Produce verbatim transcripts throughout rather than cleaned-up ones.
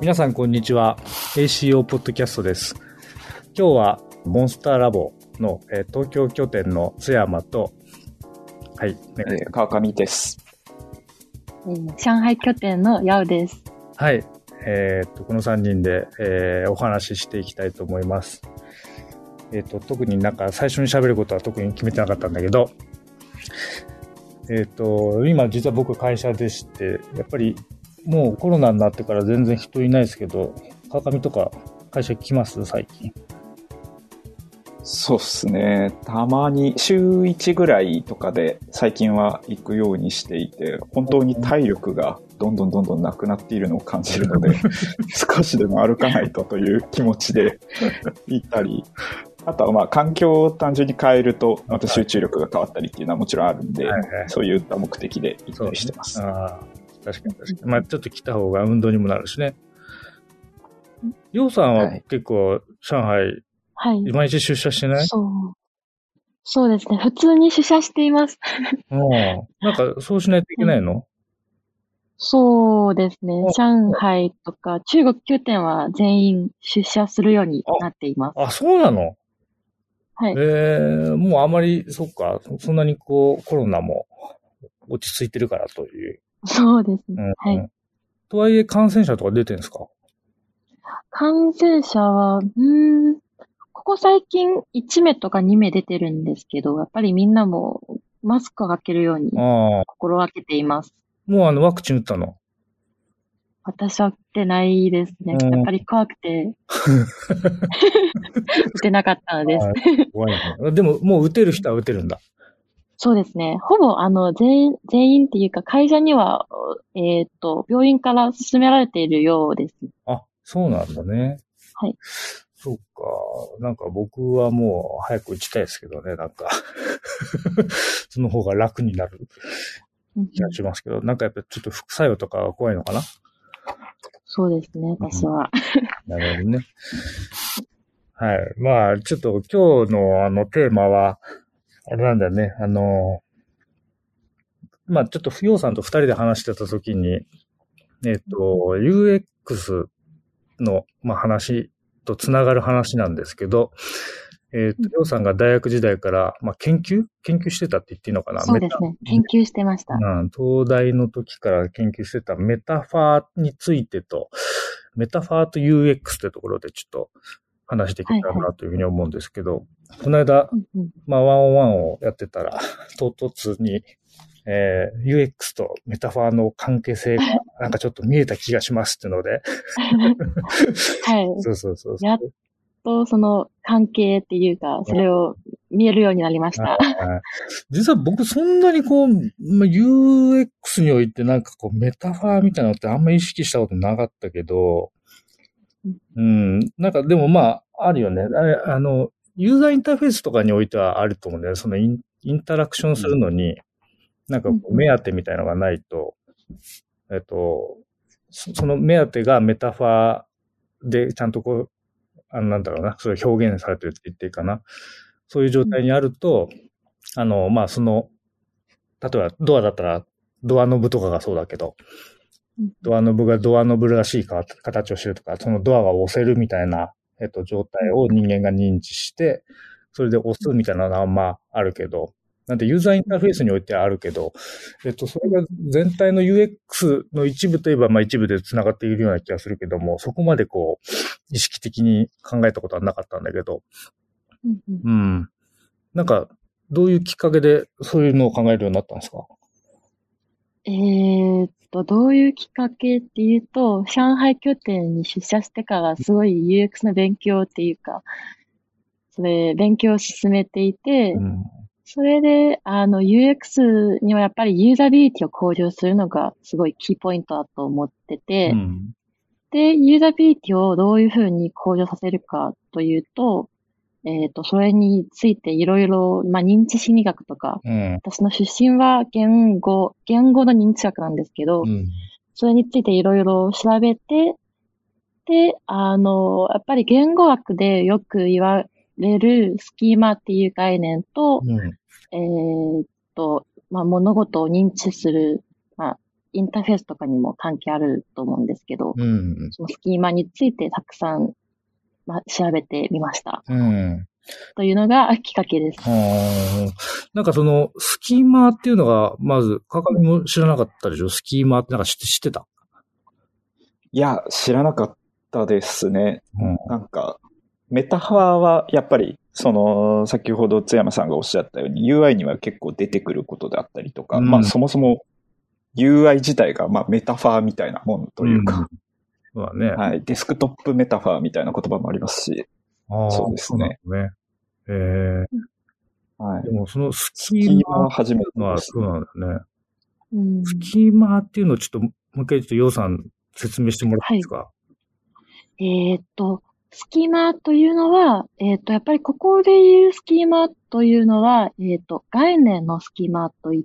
皆さんこんにちは。 エーシーオー ポッドキャストです。今日はモンスターラボの、えー、東京拠点の津山と、はい、ねえー、川上です、 えー、上海拠点のヤオです。 はい、えー、っとこのさんにんで、えー、お話ししていきたいと思います。えー、っと特になんか最初に喋ることは特に決めてなかったんだけど、えー、っと今実は僕会社でして、やっぱりもうコロナになってから全然人いないですけど、川上とか会社来ます最近？ そうっすね。たまに週いちぐらいとかで最近は行くようにしていて、本当に体力がどんどんどんどんなくなっているのを感じるので、少しでも歩かないとという気持ちで行ったり、あとはまあ環境を単純に変えるとまた集中力が変わったりっていうのはもちろんあるんで、はいはい、そういった目的で行ったりしてます。 あ確かに確かに。まあちょっと来た方が運動にもなるしね。ヨウさんは結構上海、はい、毎日出社してない？ そう。そうですね。普通に出社しています。 うん。なんかそうしないといけないの？ そうですね。上海とか中国拠点は全員出社するようになっています。 あ、あそうなの？ はい。 えー、もうあまり、そっか、そんなにこうコロナも落ち着いてるからという。 そうですね。うん、はい。 とはいえ感染者とか出てるんですか？ 感染者は、うーん、ここ最近いちめいとかにめい出てるんですけど、やっぱりみんなもマスクをかけるように心がけています。 もうあのワクチン打ったの？ 私は打ってないですね。やっぱり怖くて。打てなかったのです。 怖いね。でももう打てる人は打てるんだ。 そうですね。ほぼ、あの、全員、全員っていうか、会社には、えっと、病院から勧められているようです。 あ、そうなんだね。 はい。 そうか。なんか僕はもう早く打ちたいですけどね、なんか。その方が楽になる気がしますけど、うん、なんかやっぱちょっと副作用とかが怖いのかな？ そうですね、私は。 うん、なるほどね。はい。まあ、ちょっと今日のあのテーマは、あれなんだよね、あの、まあちょっと不要さんと二人で話してたときに、えっと、ユーエックス の、まあ、話とつながる話なんですけど、えっと、りょうさんが大学時代から、まあ、研究研究してたって言っていいのかな？ そうですね。研究してました。 うん。東大の時から研究してたメタファーについてと、メタファーと ユーエックス ってところでちょっと話していけたらなというふうに思うんですけど、はいはい、この間、うんうん、まあ、ワンオンワンをやってたら、唐突に、えー、ユーエックス とメタファーの関係性がなんかちょっと見えた気がしますっていうので。 はい。そうそうそうそう。やっとその関係っていうか、それを見えるようになりました。 実は僕そんなにこう、まあ、ユーエックス においてなんかこうメタファーみたいなのってあんまり意識したことなかったけど、うん、なんかでもまあ、あるよね。あれ、あの、ユーザーインターフェースとかにおいてはあると思うんだよね。そのイン、インタラクションするのに、なんかこう目当てみたいなのがないと、えっと、その目当てがメタファーでちゃんとこう、あのなんだろうな、それ表現されてるって言っていいかな。そういう状態にあると、あの、まあ、その、例えばドアだったら、ドアノブとかがそうだけど、ドアノブがドアノブらしい形をしてるとか、そのドアが押せるみたいな、えっと、状態を人間が認知して、それで押すみたいなのはまああるけど、なんてユーザーインターフェースにおいてはあるけど、えっと、それが全体の ユーエックス の一部といえば、まあ一部で繋がっているような気がするけども、そこまでこう、意識的に考えたことはなかったんだけど、うん、うん。なんか、どういうきっかけでそういうのを考えるようになったんですか？ えーっと、どういうきっかけっていうと、上海拠点に出社してからすごい ユーエックス の勉強っていうか、それ、勉強を進めていて、うん、それで、あの、ユーエックス にはやっぱりユーザビリティを向上するのがすごいキーポイントだと思ってて、うん、で、ユーザビリティをどういうふうに向上させるかというと、えっと、それについていろいろ、まあ、認知心理学とか、うん、私の出身は言語、言語の認知学なんですけど、うん、それについていろいろ調べて、で、あの、やっぱり言語学でよく言われるスキーマっていう概念と、うん、えっと、まあ、物事を認知する、まあ、 インターフェースとかにも関係あると思うんですけど、 うん。 そのスキーマについてたくさん、まあ、調べてみました。 うん。 というのがきっかけです。 はあ。なんかその、スキーマーっていうのが、まず、かかみも知らなかったでしょ？スキーマーってなんか知って、知ってた？ いや、知らなかったですね。 うん。 なんか、メタファーはやっぱり、その、先ほど津山さんがおっしゃったように ユーアイ には結構出てくることであったりとか、 うんまあそもそも ユーアイ 自体がまあメタファーみたいなもんというか、 そうだね。 はい、デスクトップメタファーみたいな言葉もありますし、 ああ、 そうですね。 そうなんですね。ええはい。 でもそのススキーマーキーマは初めてまあ、 ですそうなんだよね。 うん、 スキーマーっていうのをちょっと、もう一回ちょっとヨウさん説明してもらっていいですか？ えーっと、スキーマというのは、えーっと、やっぱりここで言うスキーマというのは、えーっと、概念のスキーマといって、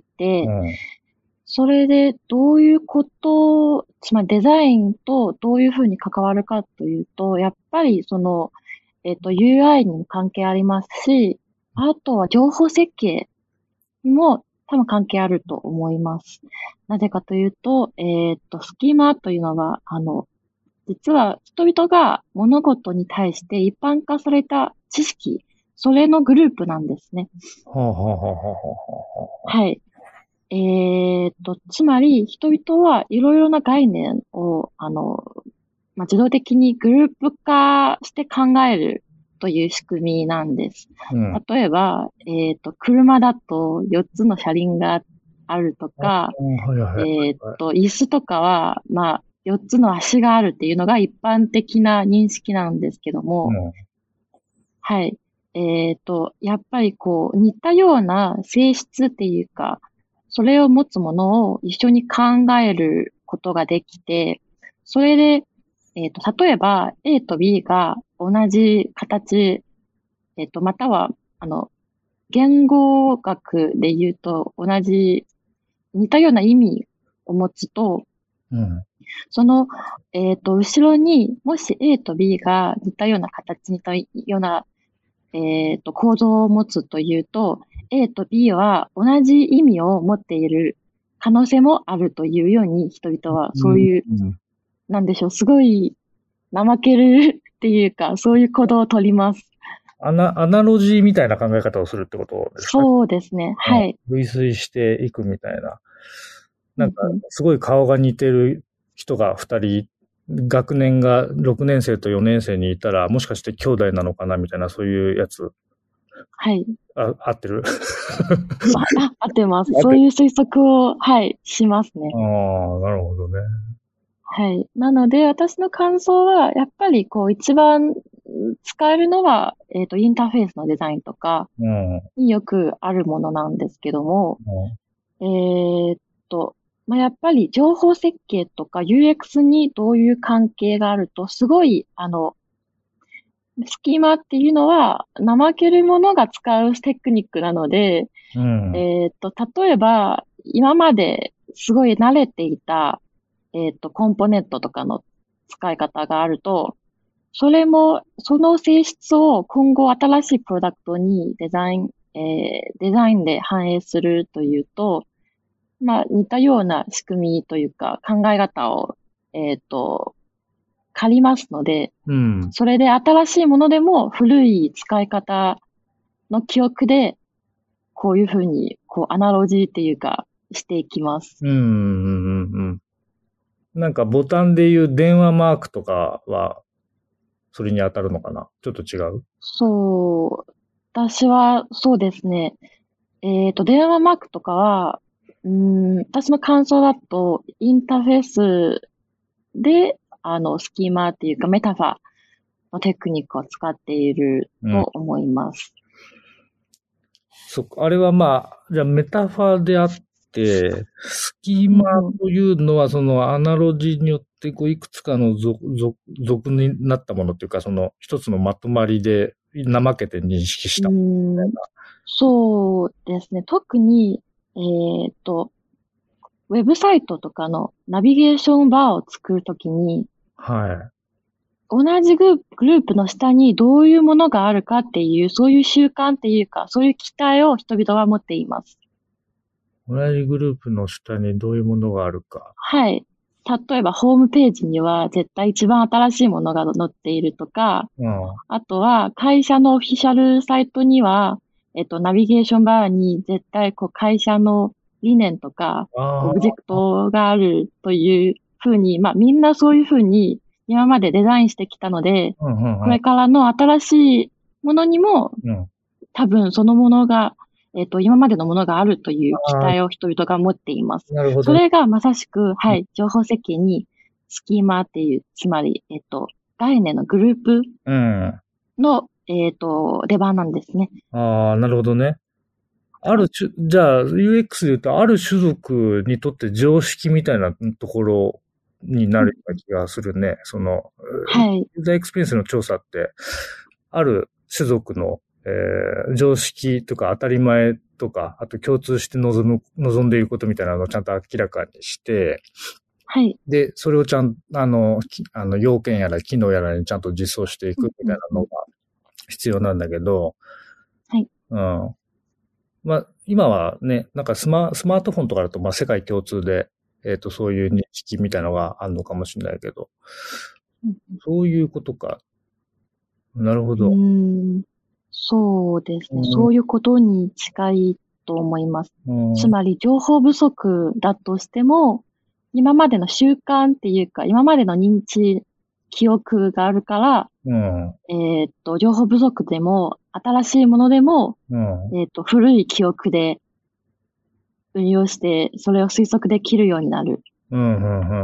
うん。 それでどういうことを、つまりデザインとどういうふうに関わるかというと、やっぱりその、えっと、ユーアイ にも関係ありますし、あとは情報設計にも多分関係あると思います。なぜかというと、えっと、スキーマというのは、あの、実は人々が物事に対して一般化された知識、それのグループなんですね。 はあはあはあはあはあ。 はい。えーっと、つまり、人々はいろいろな概念を、あの、まあ、自動的にグループ化して考えるという仕組みなんです。 うん。 例えば、えーっと、車だとよっつの車輪があるとか、 はいはいはい。 えーっと、椅子とかは、まあ、よっつの足があるっていうのが一般的な認識なんですけども、 うん。 はい。えっと、やっぱりこう、似たような性質っていうか、それを持つものを一緒に考えることができて、それで、えっと、例えば A と B が同じ形、えっと、または、あの、言語学で言うと同じ、似たような意味を持つと、 うん。 その、えっと、後ろにもし A と B が似たような形、似たようなえっと、構造を持つというと、A と B は同じ意味を持っている可能性もあるというように、人々はそういう、 うん。 なんでしょう、すごい怠けるっていうか、そういう行動を取ります。 アナ、アナロジーみたいな考え方をするってことですか？ そうですね。はい。 類推していくみたいな。なんかうんうん、 すごい顔が似てる人が二人、学年がろくねん生とよねん生にいたら、もしかして兄弟なのかなみたいな、そういうやつ、 はい。 あ、合ってる？ あ、あ合ってます。 合ってる。 そういう推測を、はい、しますね。 ああ、なるほどね。 はい。なので、私の感想は、やっぱりこう、一番使えるのは、えっと、インターフェースのデザインとかうん。 によくあるものなんですけども、えーっと、まあ、やっぱり情報設計とか ユーエックス にどういう関係があると、すごい、あの、スキーマっていうのは、怠ける者が使うテクニックなので、 うん。 えーっと、例えば、今まですごい慣れていた、えーっと、コンポーネントとかの使い方があると、それも、その性質を今後新しいプロダクトにデザイン、えーデザインで反映するというと、まあ、似たような仕組みというか考え方を、えっと、借りますので、 うん。 それで新しいものでも古い使い方の記憶で、こういうふうに、こう、アナロジーっていうか、していきます。 うん。うん。うん。なんかボタンでいう電話マークとかは、それに当たるのかな？ちょっと違う？ そう、私は、そうですね。えっと、電話マークとかは、うーん、私の感想だと、インターフェースで、あの、スキーマっていうか、メタファーのテクニックを使っているうん。 と思います。 そっか、あれはまあ、じゃあメタファーであって、スキーマうんうん、 というのはそのアナロジーによってこういくつかの属、属、属になったものっていうか、その一つのまとまりで怠けて認識しうた。 ーん、そうですね。特に、えっと、ウェブサイトとかのナビゲーションバーを作るときに、 は同じグループグループの下にどういうものがあるかっていう、そういう習慣っていうか、そういう期待を人々は持っています。 同じグループの下にどういうものがあるか。 はい。例えば、ホームページには絶対一番新しいものが載っているとか、 うん。 あとは、会社のオフィシャルサイトには、えっと、ナビゲーションバーに絶対、こう、会社の理念とか、 あオブジェクトがあるというふうに、まあ、みんなそういうふうに今までデザインしてきたので、 あ、うんうんこれからの新しいものにも、 うん。うん。 多分そのものが、えっと、今までのものがあるという期あ待を人々が持っています。 なるほどね。 それがまさしく、はい、情報設計にスキーマっていう、つまり、えっと、概念のグループうん。 の、えっと、出番なんですね。 ああ、なるほどね。ある種、じゃあ ユーエックス で言うと、ある種族にとって常識みたいなところになるような気がするね。その、 はい。 ユーザーエクスペリエンスの調査って、ある種族の、えー常識とか当たり前とか、あと共通して望む、望んでいることみたいなのをちゃんと明らかにして、 はい。 で、それをちゃん、あの、きあの、要件やら機能やらにちゃんと実装していくみたいなのが必要なんだけど、 はい。 うん。まあ、今はね、なんかスマ、スマートフォンとかだと、まあ、世界共通で、えっと、そういう認識みたいなのがあるのかもしれないけど、 うんそういうことか。なるほうど。 ーん、そうですね。 うんそういうことに近いと思います。 うんつまり、情報不足だとしても、今までの習慣っていうか、今までの認知、記憶があるから、 うん。 えーっと、情報不足でも、新しいものでも、 うん。 えーっと、古い記憶で運用して、それを推測できるようになるうん。うん。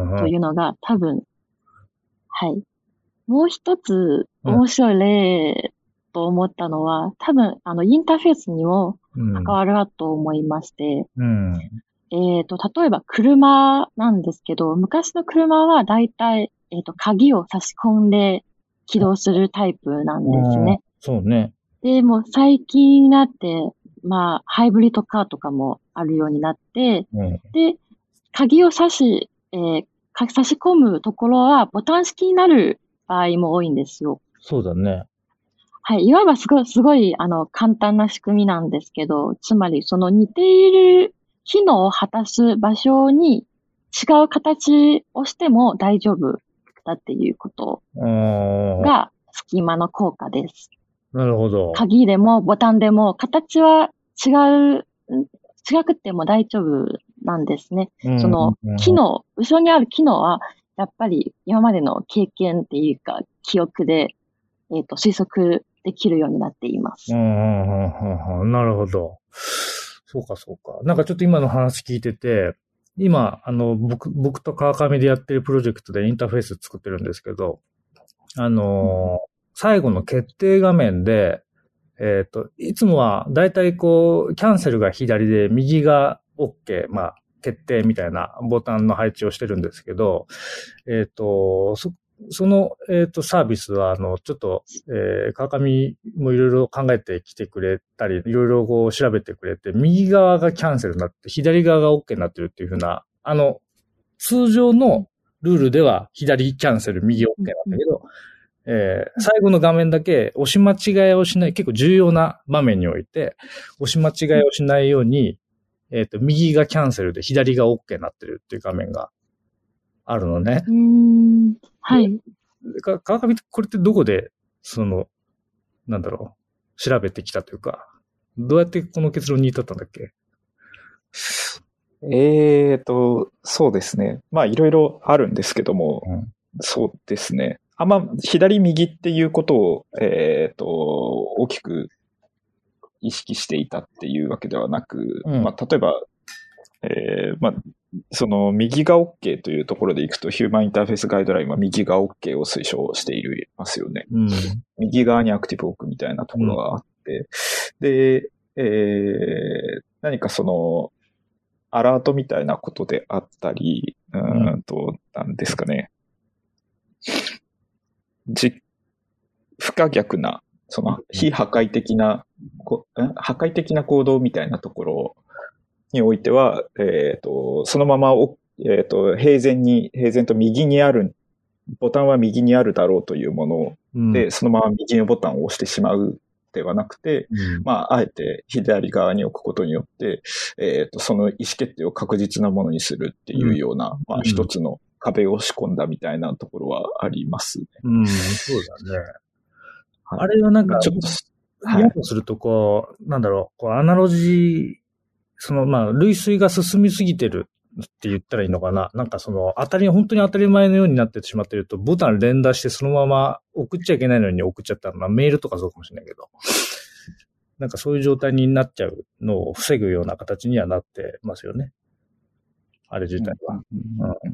うん。 というのが、多分、はい。もう一つうん面白い例と思ったのは、多分、あの、インターフェースにもうん。 関わるなと思いまして、 うん。 えっと、例えば車なんですけど、昔の車はだいたい、えっと、鍵を差し込んで起動するタイプなんですね。 そうね。 で、もう最近になって、まあ、ハイブリッドカーとかもあるようになって、 うん。 で、鍵を差し、えーか差し込むところはボタン式になる場合も多いんですよ。 そうだね。 はい。いわばすごい、すごい、あの、簡単な仕組みなんですけど、つまり、その似ている機能を果たす場所に違う形をしても大丈夫だっていうことああ、 が、スキーマの効果です。 なるほど。 鍵でもボタンでも形は違う、違くても大丈夫なんですね。 うんそのうん機能、後ろにある機能は、やっぱり今までの経験っていうか、記憶で、えっと、推測できるようになっていますう。んうんうんうん。なるほど。そうかそうか。なんかちょっと今の話聞いてて、今、あの、僕、僕と川上でやってるプロジェクトでインターフェース作ってるんですけど、あのー最後の決定画面で、えっと、いつもはだいたいこう、キャンセルが左で右が OK、まあ、決定みたいなボタンの配置をしてるんですけど、えっと、そ、その、えっと、サービスは、あの、ちょっと、えー、川上もいろいろ考えてきてくれたり、いろいろこう調べてくれて、右側がキャンセルになって、左側が OK になってるっていうふうな、あの、通常のルールでは左キャンセル、右 OK なんだけど、えー、最後の画面だけ押し間違いをしない、結構重要な場面において、押し間違いをしないように、えっと、右がキャンセルで左が OK になってるっていう画面があるのね。 うーん。はい。 か、川上、これってどこで、その、なんだろう、調べてきたというか、どうやってこの結論に至ったんだっけ？ えーと、そうですね。まあ、いろいろあるんですけども、 うん、 そうですね。あんま、左右っていうことを、えーと、大きく意識していたっていうわけではなく、 うんまあ、例えば、えー、まあ、その右が OK というところでいくと、ヒューマンインターフェースガイドラインは右が OK を推奨していますよね。 うん、 右側にアクティブを置くみたいなところがあって、うん、で、えー、何かその、アラートみたいなことであったり、うーんと、なんですかね。じ、不可逆な、その、非破壊的な、こ破壊的な行動みたいなところにおいては、えっと、そのままお、えっと、平然に、平然と右にある、ボタンは右にあるだろうというもので、うん、そのまま右のボタンを押してしまうではなくて、 うん、 まあ、あえて左側に置くことによって、えっと、その意思決定を確実なものにするっていうような、うん、まあ、一つの壁を仕込んだみたいなところはありますね。 うん、そうだね。はい、あれはなんか、ちょっと、はい。とすると、こう、なんだろう、こう、アナロジー、その、まあ、類推が進みすぎてるって言ったらいいのかな。なんかその、当たり、本当に当たり前のようになってしまっていると、ボタン連打してそのまま送っちゃいけないのに送っちゃったら、メールとかそうかもしれないけど、なんかそういう状態になっちゃうのを防ぐような形にはなってますよね。あれ自体は。うん、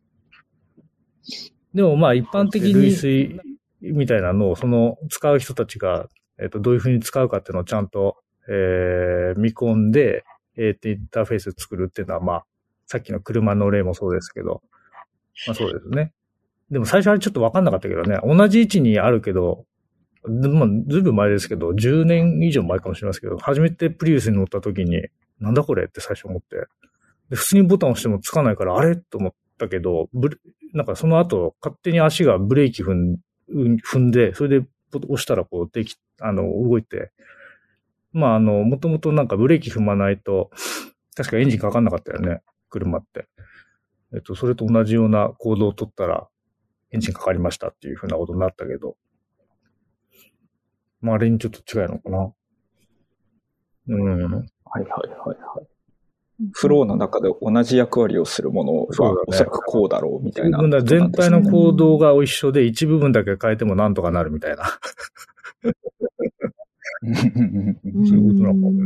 でもまあ一般的に類推みたいなのをその使う人たちが、えっと、どういうふうに使うかっていうのをちゃんと、えー、見込んで、えっと、インターフェース作るっていうのはまあ、さっきの車の例もそうですけど、まあそうですね。でも最初はちょっとわかんなかったけどね、同じ位置にあるけど、まあ、ずいぶん前ですけど、じゅうねん以上前かもしれませんけど、初めてプリウスに乗った時に、なんだこれって最初思って。で、普通にボタン押してもつかないから、あれと思ったけど、ブレなんかその後、勝手に足がブレーキ踏ん踏んで、それで押したらこう、でき、あの、動いて、まあ、あの、もともとなんかブレーキ踏まないと、確かエンジンかかんなかったよね、車って。えっと、それと同じような行動を取ったら、エンジンかかりましたっていうふうなことになったけど、まあ、あれにちょっと違いのかな。うん。はいはいはいはい。フローの中で同じ役割をするものはおそらくこうだろうみたいな、ね。 全体の行動が一緒で一部分だけ変えてもなんとかなるみたいな。そういうことなのかもね。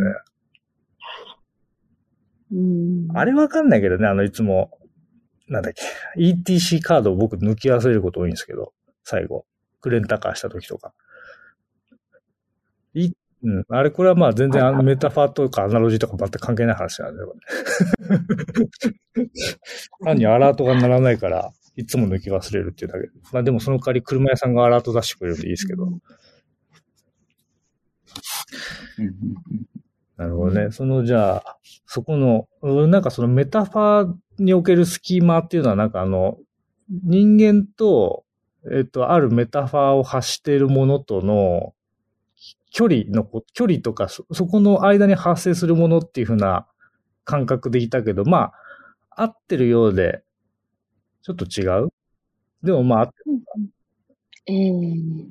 うん、あれわかんないけどね、あのいつも、なんだっけ、イーティーシー カードを僕抜き忘れること多いんですけど、最後。クレンタカーした時とか。いうん。あれ、これはまあ全然あのメタファーとかアナロジーとか全く関係ない話なんだよ、ね。単にアラートが鳴らないから、いつも抜き忘れるっていうだけ。まあでもその代わり車屋さんがアラート出してくれるといいですけど。なるほどね。そのじゃあ、そこの、なんかそのメタファーにおけるスキーマっていうのはなんかあの、人間と、えっと、あるメタファーを発しているものとの、距離の、距離とかそ、そこの間に発生するものっていう風な感覚でいたけど、まあ、合ってるようで、ちょっと違う？でもまあ、合ってるか。 えー、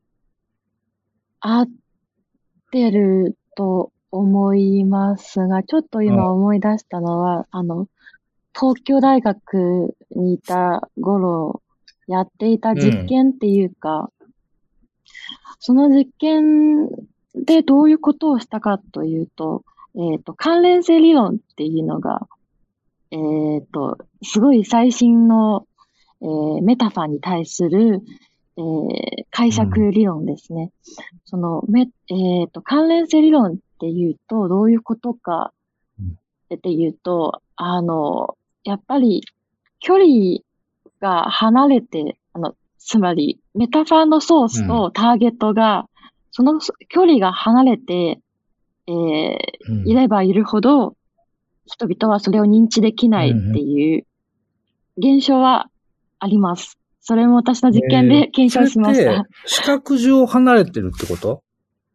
合ってると思いますが、ちょっと今思い出したのは、うん、あの、東京大学にいた頃、やっていた実験っていうか、うん、その実験でどういうことをしたかというと、えっと、関連性理論っていうのが、えっと、すごい最新の、えー、メタファーに対する、えー、解釈理論ですね。うん、その、め、えっと、関連性理論っていうと、どういうことかっていうと、あの、やっぱり、距離が離れて、あの、つまり、メタファーのソースとターゲットが、うん、その距離が離れて、えーうん、いればいるほど、人々はそれを認知できないっていう現象はあります。それも私の実験で検証しました。えー、それって視覚上離れてるってこと？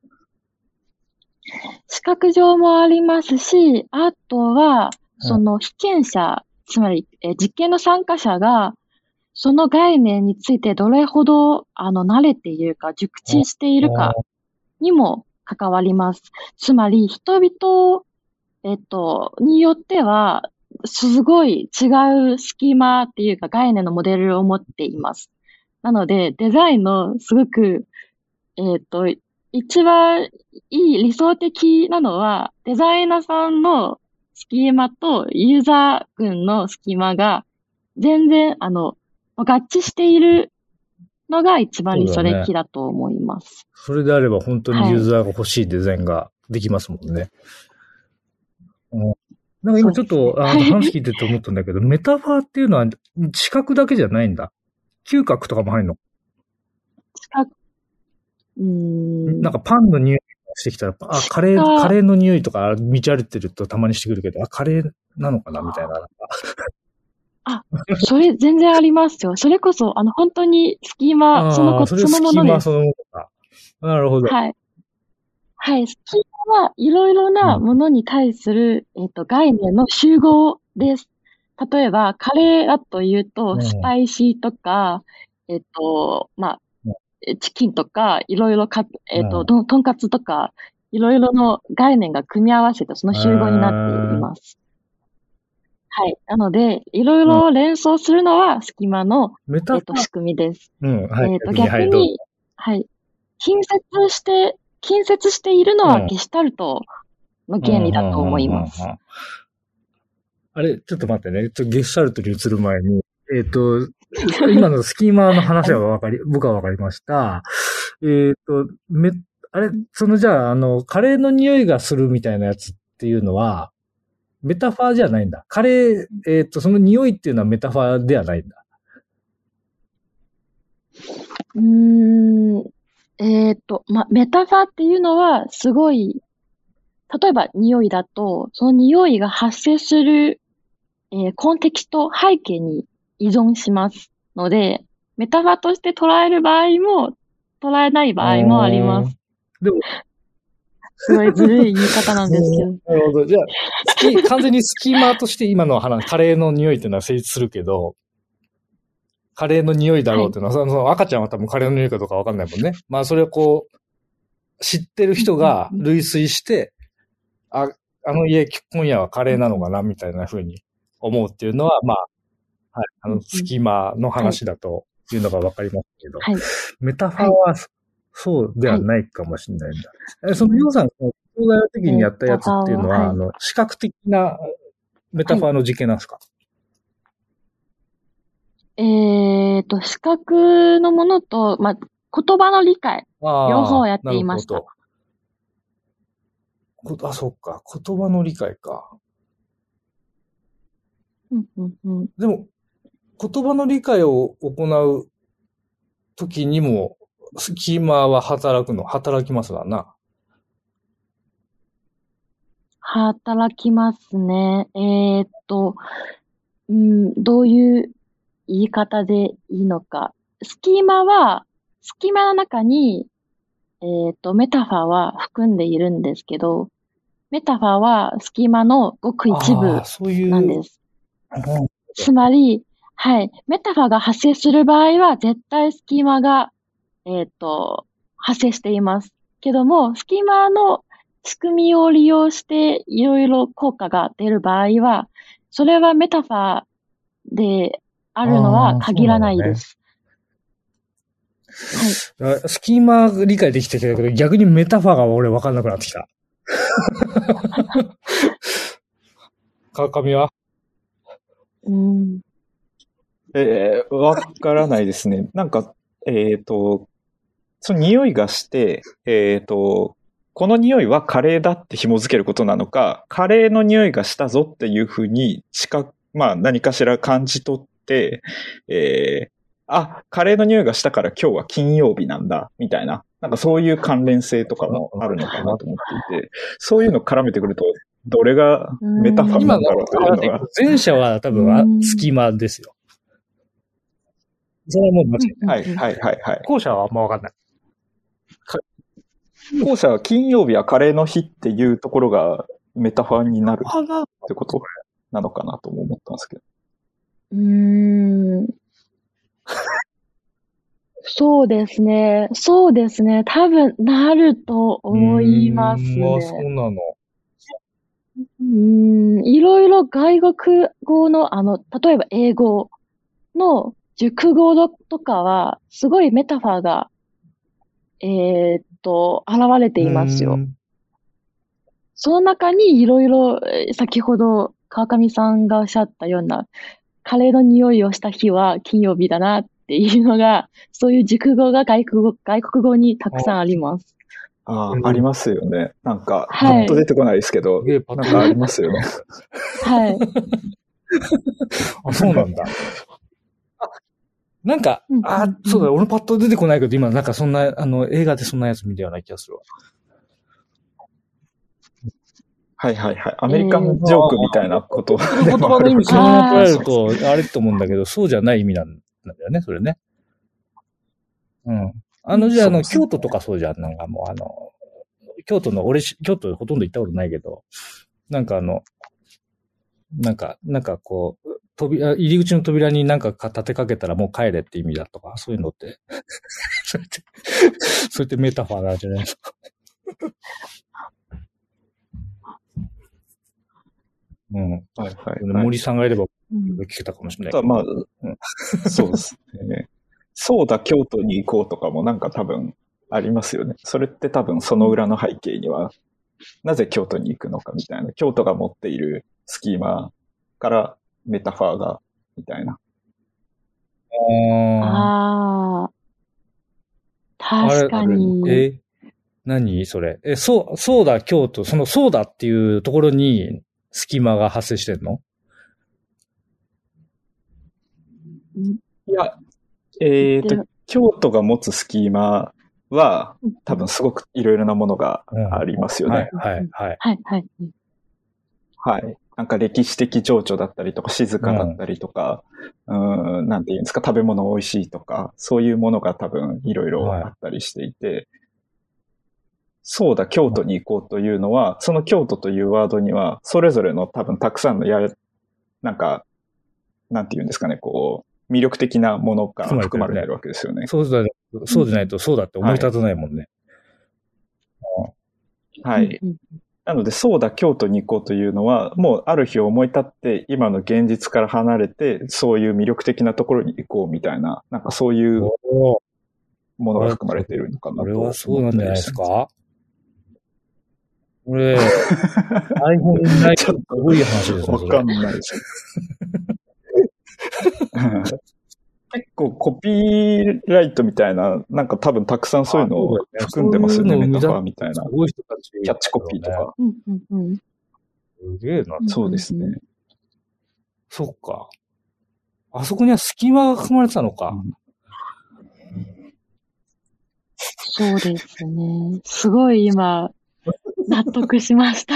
視覚上もありますし、あとは、その被験者、うん、つまり、えー、実験の参加者が、その概念についてどれほど、あの、慣れているか、熟知しているかにも関わります。つまり、人々、えっと、によっては、すごい違うスキーマっていうか概念のモデルを持っています。なので、デザインのすごく、えっと、一番いい理想的なのは、デザイナーさんのスキーマとユーザー群のスキーマが全然、あの、合致しているのが一番理想的だと思います。 そ, ね、それであれば本当にユーザーが欲しいデザインができますもんね。はい、うん、なんか今ちょっと、ね、あの話聞いてて思ったんだけど、メタファーっていうのは視覚だけじゃないんだ。嗅覚とかも入るの？ 視覚、うーん。 なんかパンの匂いがしてきたら、あ、カレー、カレーの匂いとか道歩いてるとたまにしてくるけど、あ、カレーなのかなみたいな。 あ、それ全然ありますよ。それこそ、あの、本当にスキーマ、そのこ、そのものです。スキーマそのものか。 なるほど。 はい。 はい、スキーマはいろいろなものに対する、えっと、概念の集合です。例えば、カレーだと言うと、スパイシーとか、えっと、まあ、チキンとか、いろいろか、えっと、とんかつとか、いろいろの概念が組み合わせてその集合になっています。はい。なので、いろいろ連想するのはスキマの、えっと、仕組みです。 うん、はい。 えっと、逆に、はい。近接して、近接しているのはゲシュタルトの原理だと思います。 あれ、ちょっと待ってね。ちょっとゲシュタルトに移る前に、えっと、今のスキーマーの話はわかり、僕はわかりました。えっと、め、あれ、そのじゃあ、あの、カレーの匂いがするみたいなやつっていうのは、メタファーじゃないんだ。カレー、えっと、その匂いっていうのはメタファーではないんだ。 うーん、えっと、ま、メタファーっていうのは、すごい、例えば匂いだと、その匂いが発生する、えー、コンテキスト、背景に依存しますので、メタファーとして捉える場合も、捉えない場合もあります。でも、すごいずるい言い方なんですけど。 なるほど。じゃあ、スキー、完全にスキーマーとして今の話、カレーの匂いっていうのは成立するけど、カレーの匂いだろうっていうのは、はい、その赤ちゃんは多分カレーの匂いかどうかわかんないもんね。まあそれをこう、知ってる人が類推して、あ、あの家今夜はカレーなのかなみたいな風に思うっていうのは、まあ、はい、あの、スキーマーの話だというのがわかりますけど、はい、メタファーはそうではないかもしれないんだ。はい、そのヨウさん、東大の時にやったやつっていうのは、はい、あの、視覚的なメタファーの実験なんですか？ はい、えっと、視覚のものと、まあ、言葉の理解、両方やっていました。 あ、そっか。言葉の理解か。 うんうんうん、 でも、言葉の理解を行うときにも、スキーマーは働くの、働きますわな。 働きますね。えー、っと、うん、どういう言い方でいいのか。スキーマは、スキーマの中に、えー、っと、メタファーは含んでいるんですけど、メタファーはスキーマのごく一部なんです。そういう、つまり、はい、メタファーが発生する場合は、絶対スキーマが、えー、っと、発生しています。けども、スキーマの仕組みを利用していろいろ効果が出る場合は、それはメタファーであるのは限らないです。 はい、スキーマー理解できてたけど、逆にメタファーが俺分かんなくなってきた。川上はうん。 えー、わからないですね。なんか、えっと、その匂いがして、えっと、この匂いはカレーだって紐づけることなのか、カレーの匂いがしたぞっていうふうに近く、まあ何かしら感じ取って、えー、あ、カレーの匂いがしたから今日は金曜日なんだ、みたいな。なんかそういう関連性とかもあるのかなと思っていて、そういうの絡めてくると、どれがメタファーなんだろうというのが。 前者は多分スキーマですよ。それはもう間違いない。 はい、はい、はい、はい。 後者はあんまわかんない。 後者は金曜日はカレーの日っていうところがメタファーになるってことなのかなとも思ったんですけど。 うーん。そうですね。そうですね。多分、なると思いますね。 あ、そうなの。 うーん。いろいろ外国語の、あの、例えば英語の熟語とかは、すごいメタファーが、えー、っと、現れていますよ。その中にいろいろ、先ほど川上さんがおっしゃったような、カレーの匂いをした日は金曜日だなっていうのが、そういう熟語が外国語、外国語にたくさんあります。 ああ、ありますよね。なんか、パッと出てこないですけど、はい、なんかありますよね。 はい。 あ、そうなんだ。なんか、うんうんうん、あ、そうだ、俺パッと出てこないけど、今なんかそんな、あの、映画でそんなやつ見たような気がするわ。 はいはいはい。アメリカンジョークみたいなこと。 えー、言葉の意味そのまま捉えると、あれと思うんだけど、そうじゃない意味なんだよね、それね。うん。あの、じゃあ、あの、京都とかそうじゃん。なんかもう、あの、 京都の、俺、京都ほとんど行ったことないけど、なんかあの、なんか、なんかこう、扉、入り口の扉になんか立てかけたらもう帰れって意味だとか、そういうのって、それって、それってメタファーなんじゃないですか。うん。はいはい、はい。森さんがいれば聞けたかもしれないけど。 まあ、うん、そうですね。そうだ、京都に行こうとかもなんか多分ありますよね。それって多分その裏の背景には、なぜ京都に行くのかみたいな。京都が持っているスキーマからメタファーが、みたいな。 ああ。確かに。 え、何それ。え、そう、そうだ、京都、そのそうだっていうところに隙間が発生してんの？ いや、えっと、京都が持つスキーマは、多分すごくいろいろなものがありますよね。 うん、はい、はい、はい。 はい、はい。 はい。なんか歴史的情緒だったりとか、静かだったりとか、うん、うんなんていうんですか、食べ物美味しいとか、そういうものが多分いろいろあったりしていて、はい、そうだ、京都に行こうというのは、その京都というワードには、それぞれの多分たくさんのや、なんか、なんていうんですかね、こう、魅力的なものが含まれてるわけですよね。 そうだ、そうでないとそうだって思い立たないもんね。 はい。はい、なので、そうだ、京都に行こうというのは、もうある日思い立って、今の現実から離れて、そういう魅力的なところに行こうみたいな、なんかそういうものが含まれているのかなと。 これはそうなんじゃないですか？これ、iPhone にないとすごい話ですね。 わかんないです。結構コピーライトみたいな、なんか多分たくさんそういうのを含んでますよね、メタファーみたいな。すごい人たち。キャッチコピーとか。 うんうんうん、 すげえな。 そうですね。 そっか。あそこには隙間が含まれてたのか。うん、 そうですね。すごい今、納得しました。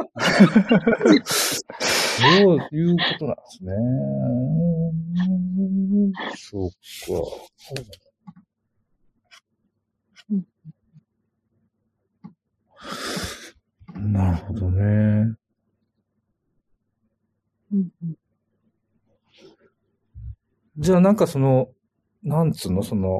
そういうことなんですね。そうか。うん、なるほどね。 うん、 じゃあなんかその、なんつうの、その、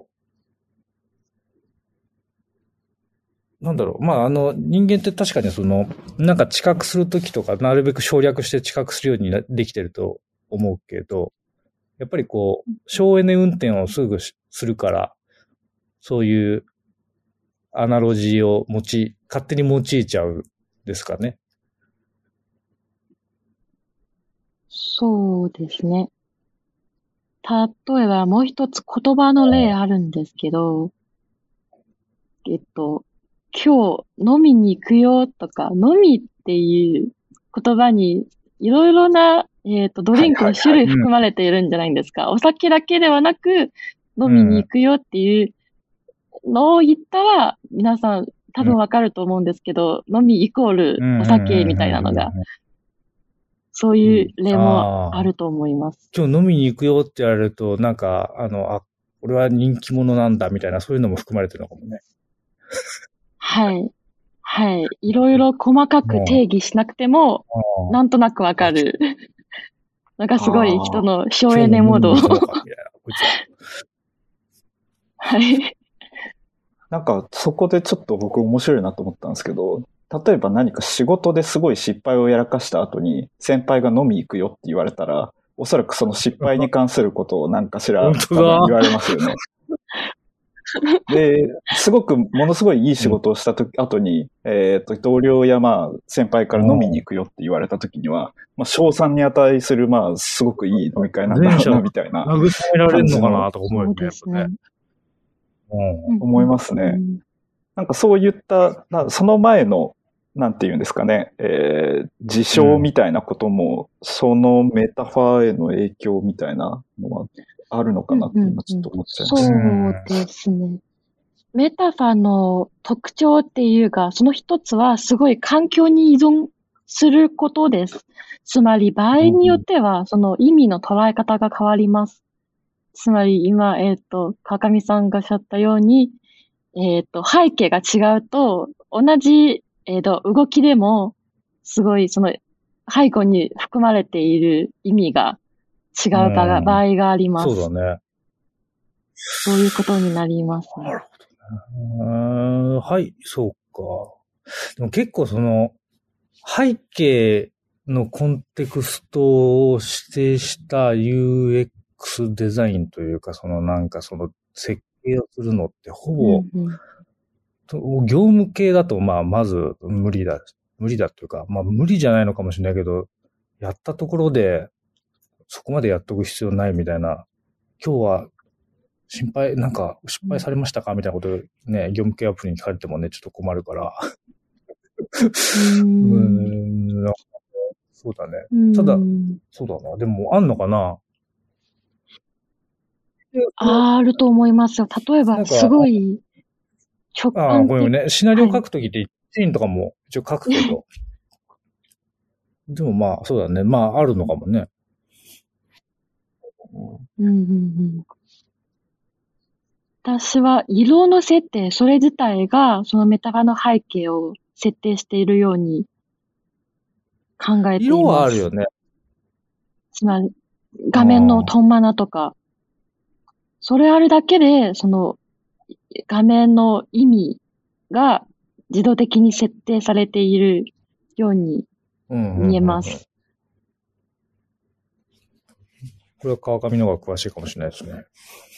なんだろう。まあ、あの、人間って確かにその、なんか知覚するときとか、なるべく省略して知覚するようにできてると思うけど、やっぱりこう、省エネ運転をすぐするから、そういうアナロジーを持ち、勝手に用いちゃうですかね。 そうですね。例えばもう一つ言葉の例あるんですけど、えっと、今日飲みに行くよとか、飲みっていう言葉にいろいろな、えっと、ドリンクの種類含まれているんじゃないんですか。はいはいはい、お酒だけではなく、飲みに行くよっていうのを言ったら、皆さん多分わかると思うんですけど、うん、飲みイコールお酒みたいなのが、そういう例もあると思います。 うん、今日飲みに行くよって言われると、なんか、あの、あ、俺は人気者なんだみたいな、そういうのも含まれてるのかもね。 はい。はい。いろいろ細かく定義しなくても、なんとなくわかる。なんかすごい人の省エネモードを。はい。 なんかそこでちょっと僕面白いなと思ったんですけど、例えば何か仕事ですごい失敗をやらかした後に先輩が飲み行くよって言われたら、おそらくその失敗に関することを何かしら言われますよね。で、すごく、ものすごいいい仕事をしたとき、うん、後に、えっと、同僚やまあ、先輩から飲みに行くよって言われたときには、まあ、賞賛に値する、まあ、すごくいい飲み会なんだろうな、みたいな。 慰められるのかなと思うよね、やっぱね。 うん、思いますね。うん、なんかそういった、その前の、なんていうんですかね、えー、事象みたいなことも、うん、そのメタファーへの影響みたいなのは、あるのかなって今ちょっと思っちゃいました。 そうですね。メタファーの特徴っていうか、その一つはすごい環境に依存することです。つまり場合によっては、その意味の捉え方が変わります。つまり今、えっと、川上さんがおっしゃったように、えっと、背景が違うと、 同じ、えっと、動きでも、すごい、その、背後に含まれている意味が違う場がうん場合があります。 そうだね。 そういうことになりますね。 なるほどね。うーんはい、そうか。でも結構その、背景のコンテクストを指定した ユーエックス デザインというか、そのなんかその設計をするのってほぼ、 うんうんと業務系だとまあまず無理だ。無理だというか、まあ無理じゃないのかもしれないけど、やったところでそこまでやっとく必要ないみたいな、今日は心配、なんか失敗されましたかみたいなことね、業務系アプリに聞かれてもね、ちょっと困るから。 ううーん。 ん、そうだね。 うんただ、そうだな。でも、あんのかなであると思いますよ。例えば、 なんかすごい直ああ、 感的。 ごめんね。シナリオ書くときってシーンとかも一応書くけど。でもまあ、そうだね。まあ、あるのかもね。 うんうんうん。私は色の設定、それ自体がそのメタファの背景を設定しているように考えています。 色はあるよね。 つまり、画面のトンマナとか、それあるだけで、その画面の意味が自動的に設定されているように見えます。 これは川上の方が詳しいかもしれないですね。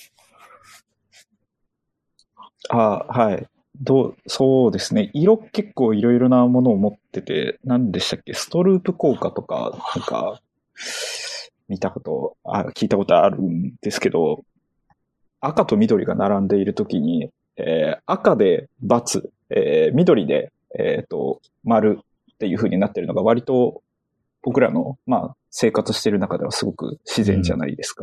あはい。どう、そうですね。色結構いろいろなものを持ってて、何でしたっけストループ効果とか、なんか、見たこと、あ、聞いたことあるんですけど、赤と緑が並んでいるときに、えー、赤で×、えー、緑で、えっと、丸っていう風になってるのが割と僕らの、まあ、生活している中ではすごく自然じゃないですか。うん、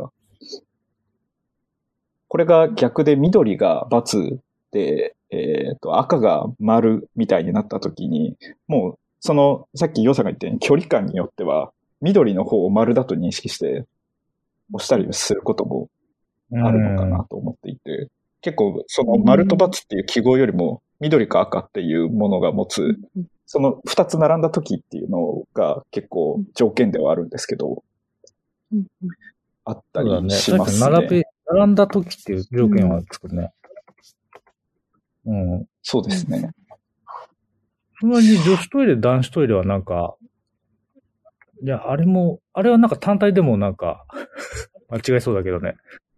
これが逆で緑が×で、えっと、赤が丸みたいになったときに、もう、その、さっきヨウさんが言ったように距離感によっては、緑の方を丸だと認識して押したりすることもあるのかなと思っていて、結構その丸と×っていう記号よりも緑か赤っていうものが持つ、その二つ並んだ時っていうのが結構条件ではあるんですけど、あったりしますね。 並べ、並んだ時っていう条件はつくね。うん。 そうですね。 つまり女子トイレ、男子トイレはなんか、いや、あれも、あれはなんか単体でもなんか、間違いそうだけどね。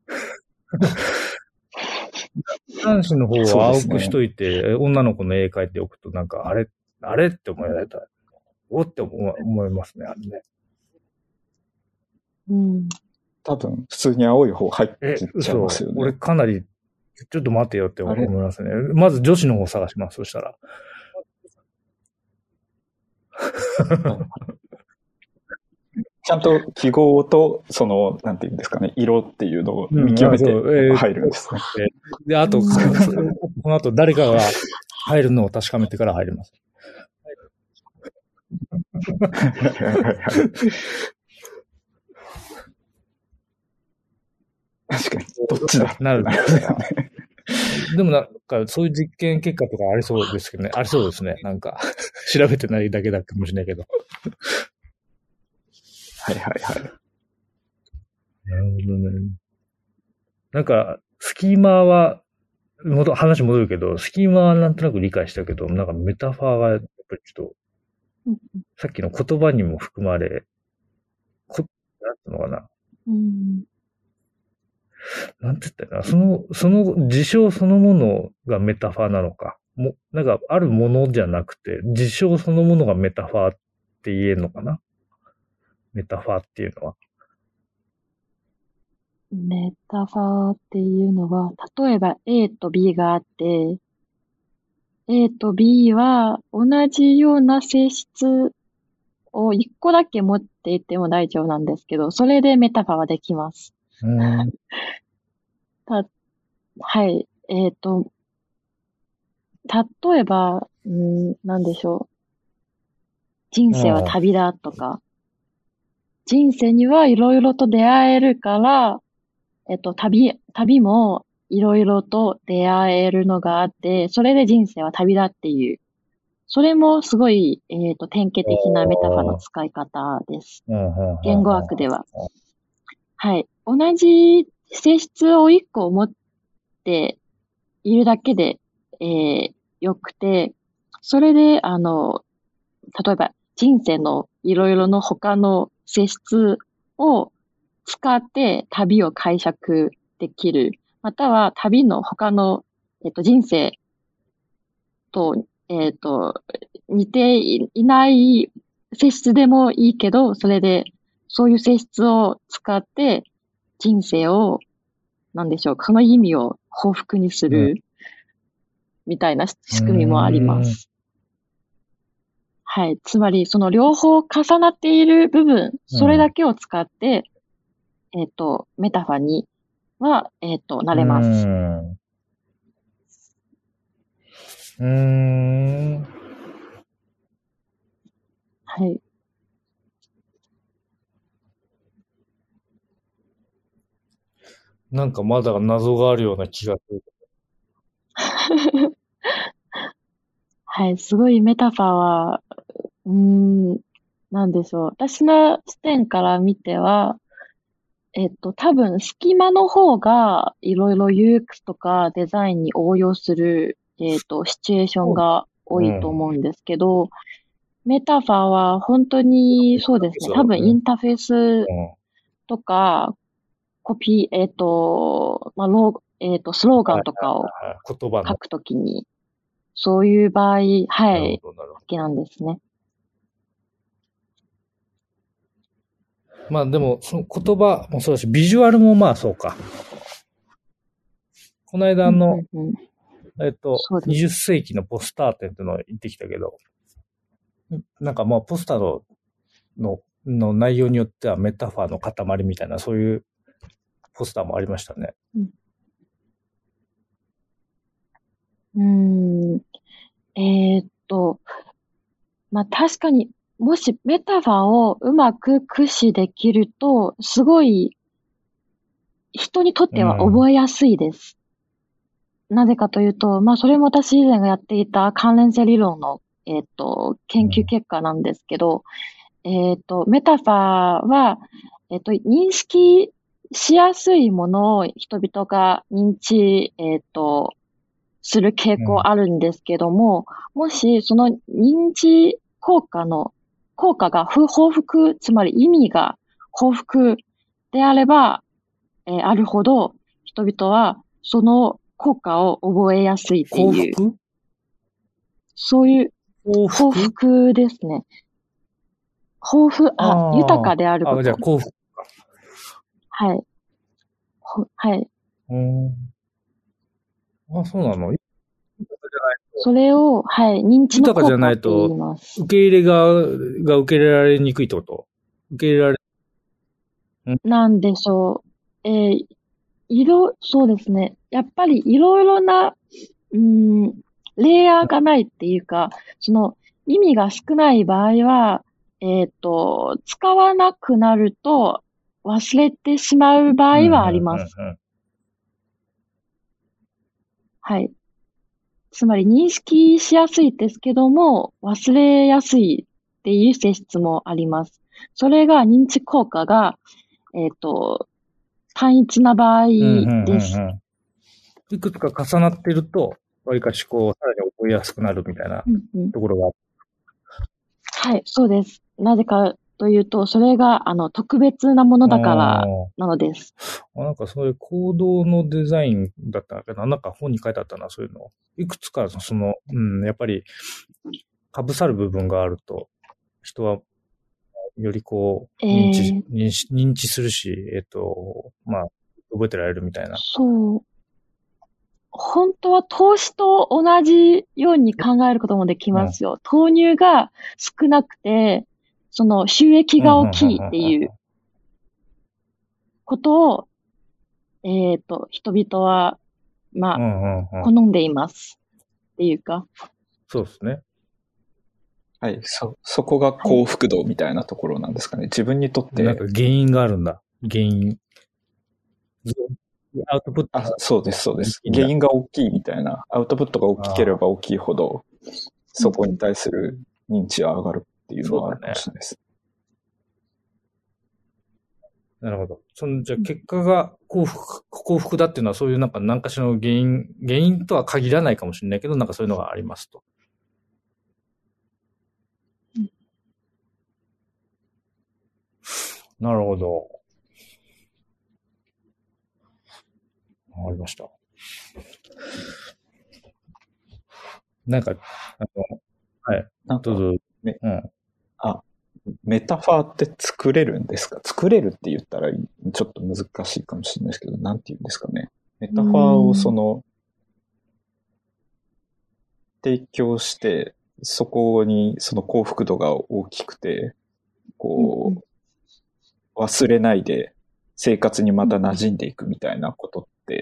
男子の方は青くしといて、ね、女の子の絵描いておくとなんか、あれ、あれって思いられた。おって思いますね、あれね。 うん。 多分、普通に青い方入ってきちゃいますよね。 俺かなり、ちょっと待てよって思いますね。まず女子の方探します、そしたら。 ちゃんと記号と、その、なんていうんですかね、色っていうのを見極めて入るんですね。 うんえー、で、あと、この後誰かが入るのを確かめてから入ります。 確かに。どっちだなる。でもなんか、そういう実験結果とかありそうですけどね。ありそうですね。なんか、調べてないだけだかもしれないけど。 はいはいはい。 なるほどね。なんか、スキーマーは、話戻るけど、スキーマーはなんとなく理解したけど、なんかメタファーがやっぱりちょっと、うん、さっきの言葉にも含まれ、こ、なんていうのかな。 うんなんて言ったら、その、その事象そのものがメタファーなのか。も、なんか、あるものじゃなくて、事象そのものがメタファーって言えるのかな？メタファーっていうのは。 メタファーっていうのは、例えば A と B があって、A と B は同じような性質を一個だけ持っていても大丈夫なんですけど、それでメタファーはできます。 うんたはい。えっと、例えば、うん、なんでしょう。人生は旅だとか、人生にはいろいろと出会えるから、えっと、旅、旅もいろいろと出会えるのがあって、それで人生は旅だっていうそれもすごい、えっと、典型的なメタファーの使い方です。言語学では。はい。同じ性質を一個持っているだけで、えー、よくて、それで、あの、例えば人生のいろいろの他の性質を使って旅を解釈できる。または旅の他の、えっと、人生と、えっと、似ていない性質でもいいけど、それで、そういう性質を使って人生を、なんでしょう、その意味を幸福にする、みたいな仕組みもあります。はい。つまり、その両方重なっている部分、それだけを使って、えっと、メタファーには、えっと、なれます。 うーん。うーん。 はい。 なんかまだ謎があるような気がする。 はい。すごいメタファーは、うーん、なんでしょう。私の視点から見ては、えっと、多分、隙間の方が、いろいろ ユーエックス とかデザインに応用する、えっと、シチュエーションが多いと思うんですけど、うん、メタファーは本当にそうですね。多分、インターフェースとか、コピー、えっと、まあ、ロー、えっと、スローガンとかを書くときに、そういう場合、はい、好きなんですね。 まあでも、その言葉もそうだし、ビジュアルもまあそうか。この間あの、うんうんうん、えっと、にじゅっ世紀のポスター展っていうのを行ってきたけど、なんかまあポスターの、の、の内容によってはメタファーの塊みたいな、そういうポスターもありましたね。 うん、うーん。えー、っと、まあ確かに、もしメタファーをうまく駆使できると、すごい、人にとっては覚えやすいです。うん、なぜかというと、まあそれも私以前がやっていた関連性理論の、えー、っと、研究結果なんですけど、うん、えー、っと、メタファーは、えー、っと、認識しやすいものを人々が認知、えー、っと、する傾向あるんですけども、うん、もしその認知効果の、効果が不報復、つまり意味が報復であれば、えー、あるほど、人々はその効果を覚えやすいっていう。 報復？ そういう、報復ですね。豊富、あ、豊かであること。 あ、じゃあ幸福か。 はい。はい。 うん。あ、そうなの？ それを、はい、認知の効果って言います。豊かじゃないと、 受け入れが、が受け入れられにくいってこと？受け入れられ、 んなんでしょう。えー、いろ、そうですね。やっぱりいろいろな、うん、レイヤーがないっていうか、その意味が少ない場合は、えっと、使わなくなると忘れてしまう場合はあります。はい。つまり認識しやすいですけども、忘れやすいっていう性質もあります。それが認知効果が、えっと、単一な場合です。うんうんうんうん、いくつか重なっていると、わりかしこう、さらに覚えやすくなるみたいなところがある。 うんうん、はい、そうです。なぜかというと、それが、あの、特別なものだからなのです。 あ、なんかそういう行動のデザインだったかな、なんか本に書いてあったな、そういうの。いくつか、その、うん、やっぱり、被さる部分があると、人は、よりこう、認知、えー、認知、認知するし、えっと、まあ、覚えてられるみたいな。 そう。本当は投資と同じように考えることもできますよ。うん、投入が少なくて、その収益が大きいっていうことを、えっと、人々は、まあ、好んでいますっていうか。 そうですね。 はい、そ、そこが幸福度みたいなところなんですかね。はい、自分にとって。 なんか原因があるんだ。原因。 アウトプット。あ、そうです、そうです。原因が大きいみたいな。アウトプットが大きければ大きいほど、 そこに対する認知は上がるっていうのはあるかもしれないです。 なるほど。その、じゃあ結果が幸福、幸福だっていうのはそういうなんか何かしらの原因、原因とは限らないかもしれないけど、なんかそういうのがありますと。 うん、 なるほど。わかりました。なんか、あの、はい。 なんか、 どうぞ。 ね、 うん。 あ、メタファーって作れるんですか？作れるって言ったらちょっと難しいかもしれないですけど、なんて言うんですかね。メタファーをその、提供して、そこにその幸福度が大きくて、こう、忘れないで生活にまた馴染んでいくみたいなことって、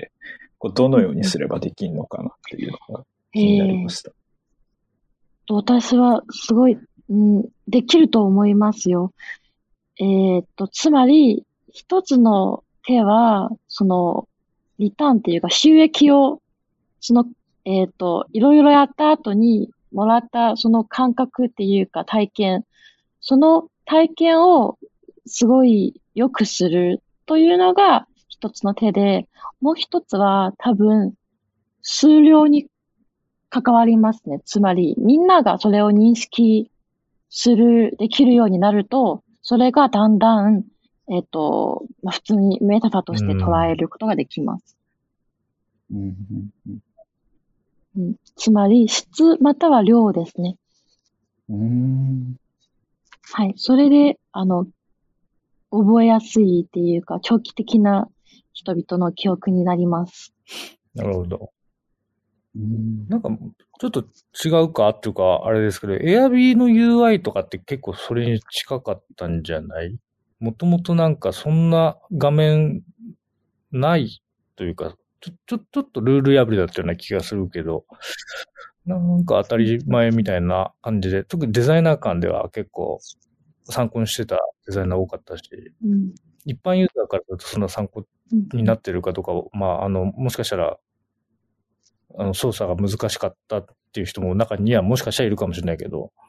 こうどのようにすればできるのかなっていうのが気になりました。 えー、私はすごい、うん、できると思いますよ。えーっと、つまり、一つの手は、その、リターンっていうか収益を、その、えーっと、いろいろやった後にもらったその感覚っていうか体験、その体験をすごい良くするというのが一つの手で、もう一つは多分数量に関わりますね。つまり、みんながそれを認識する、できるようになると、それがだんだん、えっと、まあ、普通にメタファーとして捉えることができます。 うんうんうんうん、つまり、質または量ですね。 うーんはい。それで、あの、覚えやすいっていうか、長期的な人々の記憶になります。 なるほど。 うんなんか、ちょっと違うかっていうか、あれですけど、Airb の ユーアイ とかって結構それに近かったんじゃない？もともとなんかそんな画面ないというか、ちょ、ちょ、ちょっとルール破りだったような気がするけど、なんか当たり前みたいな感じで、特にデザイナー間では結構参考にしてたデザイナー多かったし、 うん。 一般ユーザーからだとそんな参考になってるかとかを、まあ、あの、もしかしたら、あの、操作が難しかったっていう人も中にはもしかしたらいるかもしれないけど、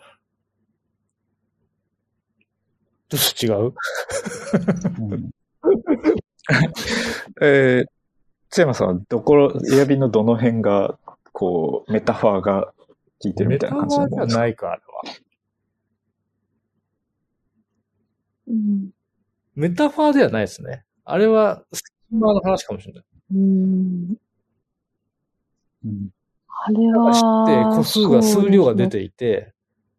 ちょっと違ううんえー、津山さんはどこ、エアビのどの辺が、こう、メタファーが効いてるみメタフたいな感じァーじゃのものですか？ ないか、あれは。 うん。 メタファーではないですね。あれは、スキマの話かもしれない。 うん。 うんあれなんか知って個は、 数がそう数ですね。 量が出ていて、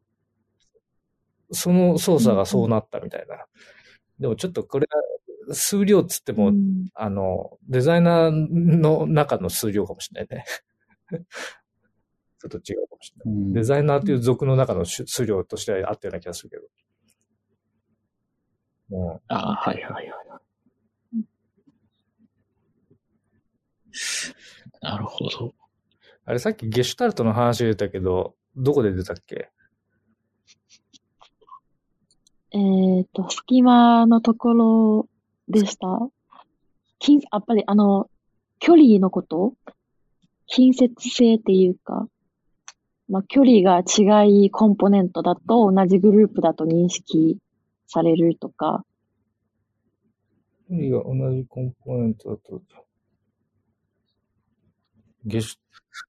その操作がうんそうなったみたいな。でもちょっとこれは数量っつっても、 うん。 あの、デザイナーの中の数量かもしれないね。ちょっと違うかもしれない。 うんデザイナーっていう属の中の数量としてはあったような気がするけど。うん、 ああ、はいはいはい。なるほど。 あれさっきゲシュタルトの話出たけど、どこで出たっけ？ えっと、隙間のところでした。近、やっぱりあの、距離のこと近接性っていうか、まあ、距離が違いコンポネントだと同じグループだと認識されるとか、 距離が同じコンポーネントだと、ゲシ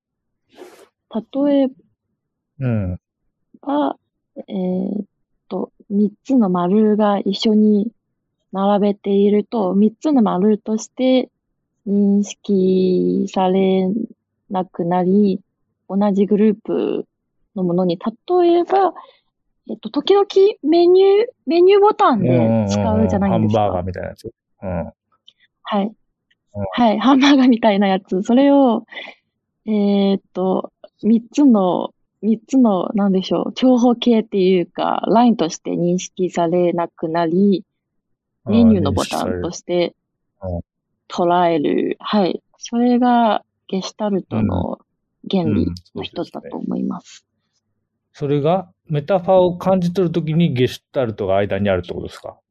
例えュ、うん。 ば、えーっと、三つの丸が一緒に並べていると、三つの丸として認識されなくなり、同じグループのものに、例えば、えっと、時々メニュー、メニューボタンうんうで使うじゃんうんうん。ハンバーガないですか。 ーみたいなやつ。うん。うん。 はい。はい。ハンバーガーみたいなやつ。それを、えーっと、三つの、三つの、なんでしょう、長方形っていうか、ラインとして認識されなくなり、メああ、 ニューの認ボタン識される。 としてう捉える。はい。それがゲシュタルトん。 の原うん。 理のそうですね。 一つだと思います。 それが、メタファーを感じ取るときにゲシュタルトが間にあるってことですか？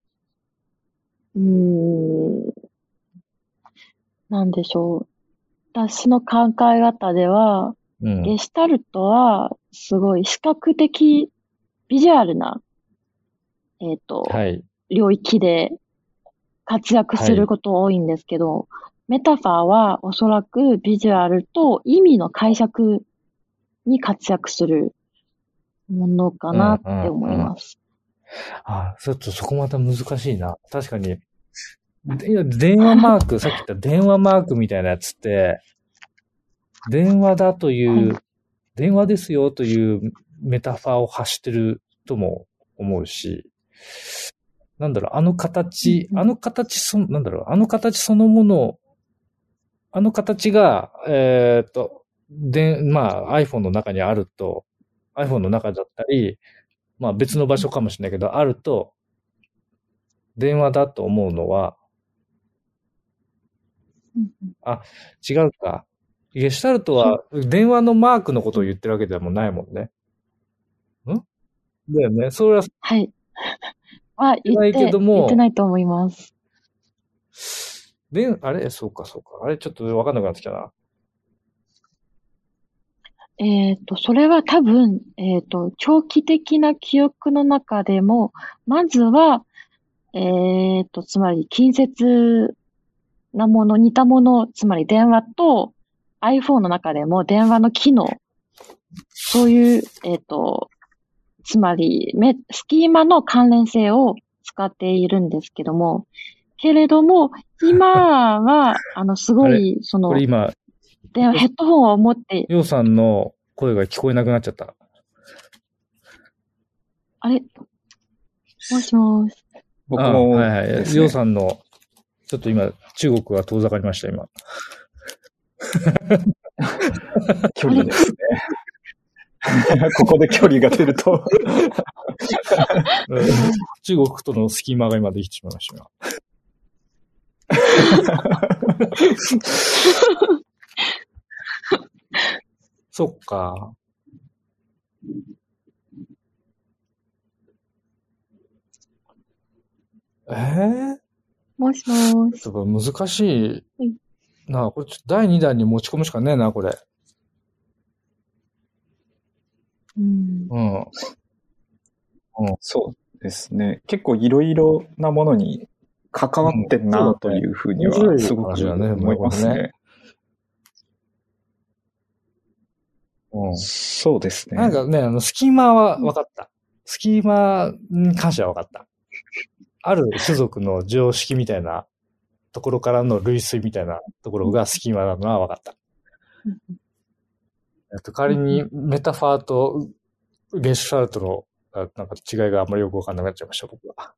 うーん、なんでしょう。 私の考え方では、 うん。 ゲシュタルトはすごい視覚的、ビジュアルな、えっと、 はい。 領域で活躍すること多いんですけど、メタファーはおそらくビジュアルと意味の解釈に活躍するものかうん、 なっうん、 て思うん。 います。 あ、ちょっとそこまた難しいな。確かに。でいや、電話マーク、さっき言った電話マークみたいなやつって、電話だといはい。 う、電話ですよというメタファーを発してるとも思うし、なんだろう、あの形、 うんあの形そ、なんだろう、あの形そのもの、あの形が、えーっと、で、まあ iPhone の中にあると、iPhone の中だったり、まあ別の場所かもしれないけど、あると、電話だと思うのは、 うんうん。 あ、違うか。ゲシュタルトそう。 は電話のマークのことうん。 を言ってるわけでもないもんね。んだよね。それははい。は言ってないけ言って、言ってども、 ないと思います。 で、あれそうかそうか。あれちょっとわかんなくなってきたな。 えっと、それは多分、えっと、長期的な記憶の中でも、まずは、えっと、つまり近接なもの、似たもの、つまり電話と iPhone の中でも電話の機能、そういう、えっと、つまり、め、スキーマの関連性を使っているんですけども、けれども、今は、あの、すあれごい、その、 これ今、 で、ヘッドホンを持って、 ヨウさんの声が聞こえなくなっちゃった。 あれ、もしもし。 ああ、は僕もいはい。ヨウですね。 さんの、ちょっと今、中国が遠ざかりました、今。 距離ですね。ここで距離が出ると中国との隙間が今できてしまいました、そっか。えー、 もしもーし。 ちょっと難しはい。 いなあ。これちょっとだいにだんに持ち込むしかねえな、これ。 うん。 うん。うん。 そうですね。結構いろいろなものに関わってんなというふうにはすごく思いますね。 うん。 そうですね。 なんかね、あの、スキーマは分かった。スキーマに関しては分かった。ある種族の常識みたいなところからの類推みたいなところがスキーマなのは分かった。えっと、仮にメタファーとゲシュタルトのなんか違いがあんまりよく分かんなくなっちゃいました、僕は。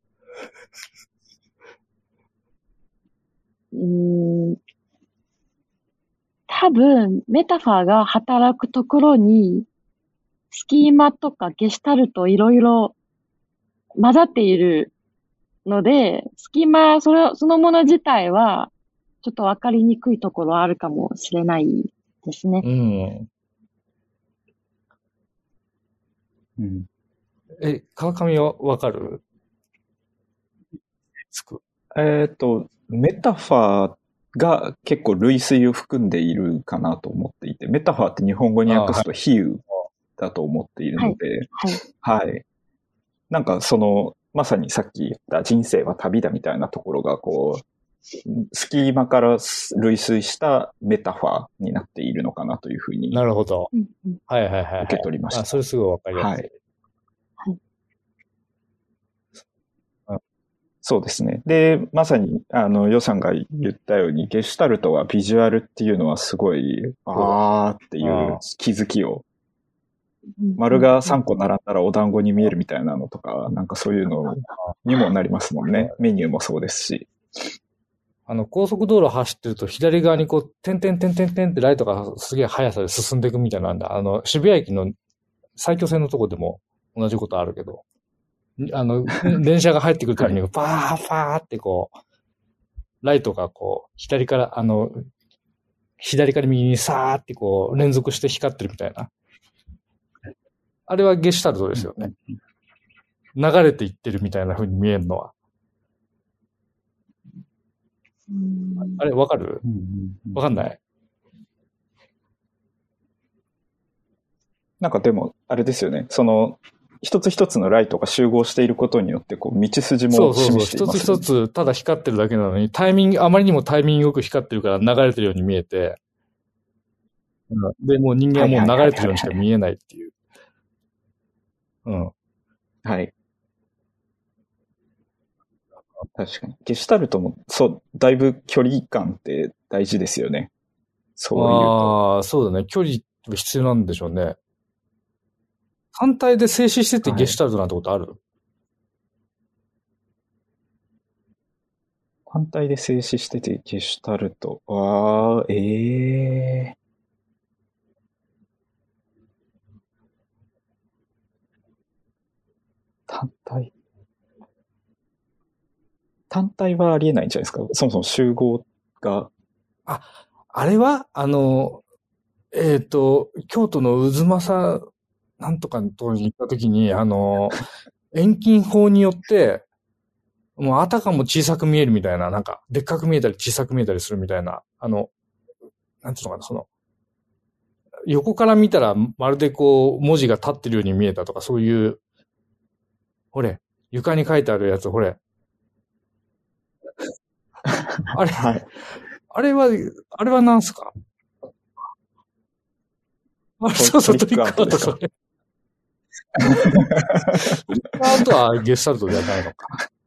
うーん。多分、メタファーが働くところに、スキーマとかゲシュタルトいろいろ混ざっているので、スキーマそれ、そのもの自体は、ちょっとわかりにくいところあるかもしれないですね。 うん。 うん、 え、川上はわかる？つく。 えっと、メタファーが結構類推を含んでいるかなと思っていて、メタファーって日本語に訳すと比喩だと思っているので、 はい。はい。 はい。なんかその、まさにさっき言った人生は旅だみたいなところがこう、スキーマから類推したメタファーになっているのかなというふうに。 なるほど。 うんうん、 はいはいはい、はい。 受け取りました。 あ、それすごいわかりやすい。はい。 はい。 そうですね。で、まさに、あの、ヨさんが言ったように、ゲシュタルトはビジュアルっていうのはすごい、あーっていう気づきを、丸がさんこ並んだらお団子に見えるみたいなのとか、なんかそういうのにもなりますもんね。メニューもそうですし。 あの、高速道路走ってると左側にこう、てんてんてんてんてんってライトがすげえ速さで進んでいくみたいなんだ。あの、渋谷駅の埼京線のとこでも同じことあるけど、あの、電車が入ってくるたびに、パーパーってこう、ライトがこう、左から、あの、左から右にさーってこう、連続して光ってるみたいな。あれはゲシュタルトですよね。流れていってるみたいな風に見えるのは。あれ、わかる？わかんない？ なんかでも、あれですよね。その、一つ一つのライトが集合していることによって、こう、道筋もそうそうそう。 示していますよね。 一つ一つただ光ってるだけなのに、タイミング、あまりにもタイミングよく光ってるから流れてるように見えて、うん、で、もう人間はもう流れてるようにしか見えないっていう。うん。 はい。確かに。ゲシュタルトも、そう、だいぶ距離感って大事ですよね。そういうと。 ああ、そうだね。距離必要なんでしょうね。反対で静止しててゲシュタルトなんてことある？はい、 反対で静止しててゲシュタルト。ああ、ええー。単体単体はありえないんじゃないですか。そもそも集合が。 あ、あれはあの、えっ、ー、と、京都の渦政なんとかのところに行った時に、あの、遠近法によって、もうあたかも小さく見えるみたいな、なんか、でっかく見えたり小さく見えたりするみたいな、あの、なんていうのかな、その、横から見たらまるでこう、文字が立ってるように見えたとか、そういう、ほれ、床に書いてあるやつ、ほれ。あれ、はい、あれは、あれは何すか？あれ、そうそう、トリックアートですか。トリックアートはゲスタルトではないのか。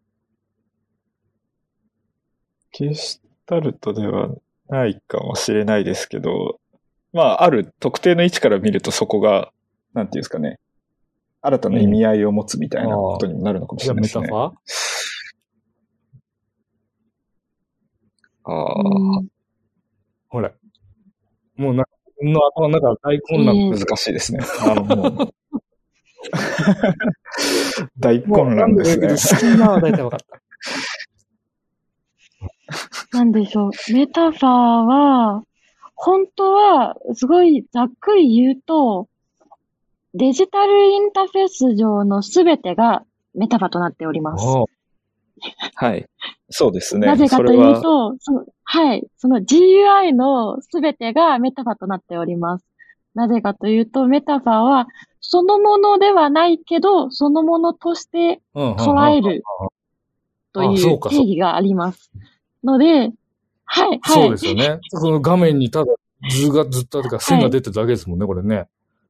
ゲスタルトではないかもしれないですけど、まあ、ある特定の位置から見るとそこが、なんていうんですかね、新たな意味合いを持つみたいなことにもなるのかもしれないですね。 じゃあメタファー？ ああ。 ほら。もうなんか、の頭の中が大混乱。 難しいですね。あの、もう。大混乱ですね。 スキーマは大体分かった。 なんでしょう。メタファーは、本当は、すごいざっくり言うと、デジタルインターフェース上のすべてがメタファーとなっております。 はい。そうですね。 なぜかというと、そのはい。その ジーユーアイ のすべてがメタファーとなっております。なぜかというと、メタファーは、そのものではないけど、そのものとして捉えるという定義があります。ので、はい、はい。 そうですよね。その画面にただ図がずっととか線が出てるだけですもんね、はい、これね。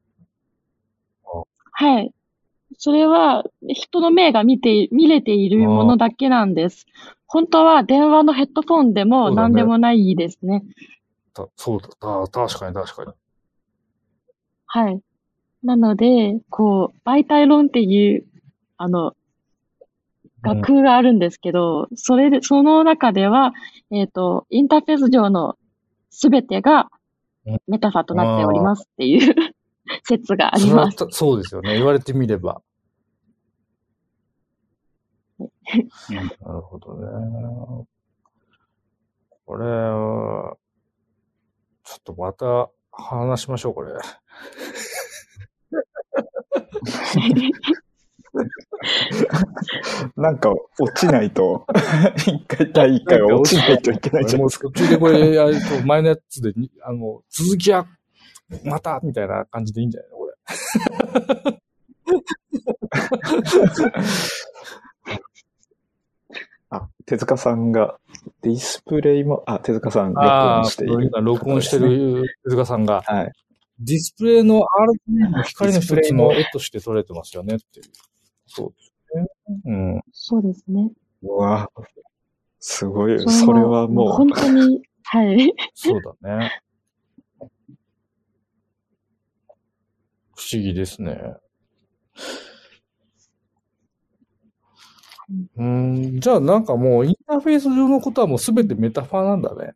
はい。それは人の目が見て、見れているものだけなんです。本当は電話のヘッドフォンでも何でもないですね。 そうだね。そうだ。確かに確かに。 はい。なので、こう、媒体論っていう、あの、学があるんですけど、うん、それで、その中では、えっと、インターフェース上のすべてがメタファーとなっておりますっていう説があります。 そ, そうですよね。言われてみれば。なるほどね。これは、ちょっとまた話しましょう、これ。 なんか落ちないと、一回第一回は落ちないといけないじゃないですか。 もう途中でこれやると、前のやつで、あの、続きは、またみたいな感じでいいんじゃないのこれ。 あ、手塚さんが、ディスプレイも、あ、手塚さん録音している、ね。 録音してる手塚さんが、 はい。 ディスプレイの アールジービー の光の一つの絵として撮れてますよねっていう。そうですね。うん。 そうですね。 うわすごい。それ, それはもう。 本当に、はい。 そうだね。不思議ですね。うん、じゃあなんかもうインターフェース上のことはもうすべてメタファーなんだね。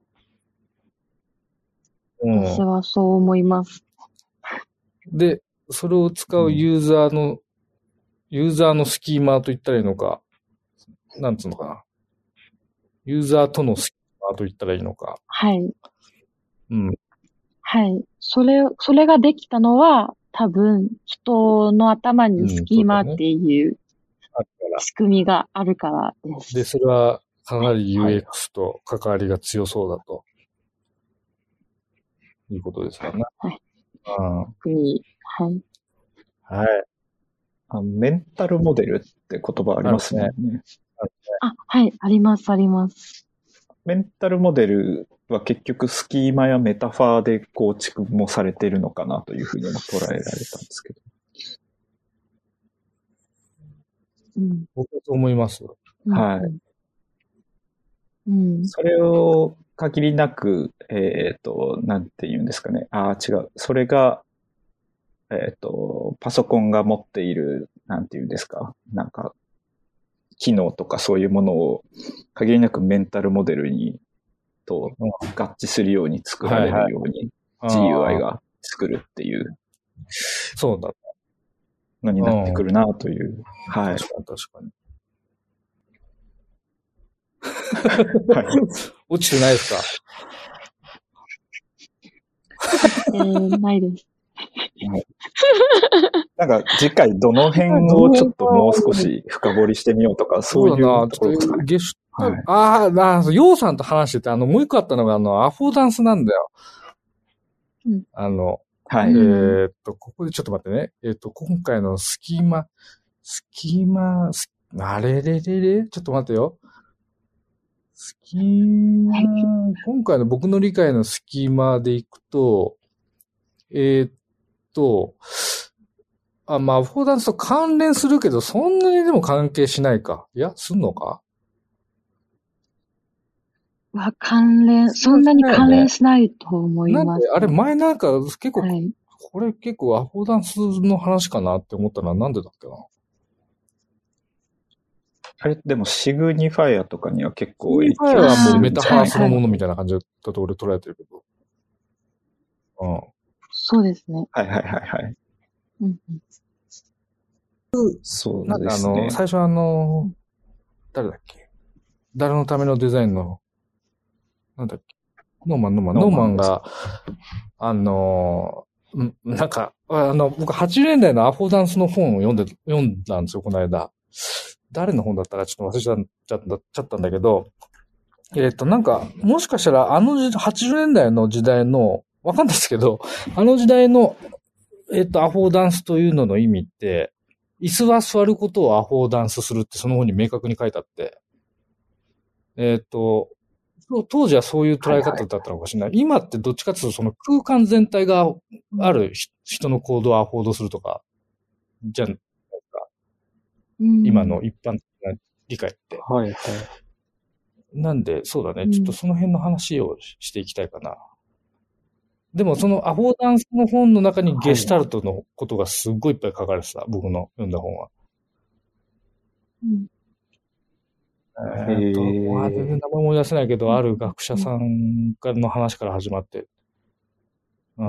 うん、私はそう思います。 で、それを使うユーザーの、うん、ユーザーのスキーマと言ったらいいのか、なんつうのかな。ユーザーとのスキーマと言ったらいいのか。 はい。 うん。 はい。それ、それができたのは、多分、人の頭にスキーマっていう仕組みがあるからです。 で、それはかなり ユーエックス と関わりが強そうだと。いうことですかね。 はい。 うん。 特に、 はい。 はい。 あメンタルモデルって言葉ありますね。 あ、はい、あります、あります。 メンタルモデルは結局スキーマやメタファーで構築もされているのかなというふうにも捉えられたんですけど。 うん、 僕はそう思います。 はい。 うん、 それを限りなく、えっと、なんて言うんですかね。ああ、違う。それが、えっと、パソコンが持っている、なんて言うんですか。なんか、機能とかそういうものを限りなくメンタルモデルにと合致するように作られるように ジーユーアイ が作るっていうそうだのになってくるなという。はい。 確かに確かに。 はい、 落ちてないですか？ えー、ないです。 はい、なんか次回どの辺をちょっともう少し深掘りしてみようとか、そういうところですかね。 ゲシュタルト、ああ、ヨウさんと話してて、あの、もう一個あったのが、あの、アフォーダンスなんだよ。 うん、 あの、 はい。 えー、っと、ここでちょっと待ってね。えー、っと、今回のスキーマ、スキーマ、あれれれれちょっと待ってよ。スキーマ、今回の僕の理解のスキーマでいくと、えー、っと、あ、まあ、アフォーダンスと関連するけど、そんなにでも関係しないか。いや、すんのか？ は関連、そんなに関連しないと思います、ね。 なんで、あれ前なんか結構、 はい、 これ結構アフォーダンスの話かなって思ったのはなんでだっけな。 あれ、でもシグニファイアとかには結構シグニファイアはもうメタファーそのものみたいな感じだと俺捉えてるけど。うん。 そうですね。 はいはいはいはい。 うん、 そうなんかですね。 あの、最初あの、誰だっけ？誰のためのデザインの、なんだっけ？ノーマン、ノーマン、ノーマンが、あの、なんか、あの、僕はちじゅうねんだいのアフォーダンスの本を読んで、読んだんですよ、この間。誰の本だったかちょっと忘れちゃったちゃったんだけど、えっと、なんか、もしかしたらあのはちじゅうねんだいの時代の、わかんないですけど、あの時代の、えっと、アフォーダンスというのの意味って、椅子は座ることをアフォーダンスするってその本に明確に書いてあって、えっと、当時はそういう捉え方だったのかもしれない。はいはい、今ってどっちかというとその空間全体がある人の行動をアフォードするとか、じゃないですか。うん、今の一般的な理解って。 はいはい。 なんで、そうだね。ちょっとその辺の話をしていきたいかな。でもそのアフォーダンスの本の中にゲシュタルトのことがすっごいいっぱい書かれてた。僕の読んだ本は。うんえー、っと、まあ、全然名前思い出せないけど、ある学者さんの話から始まって。うん、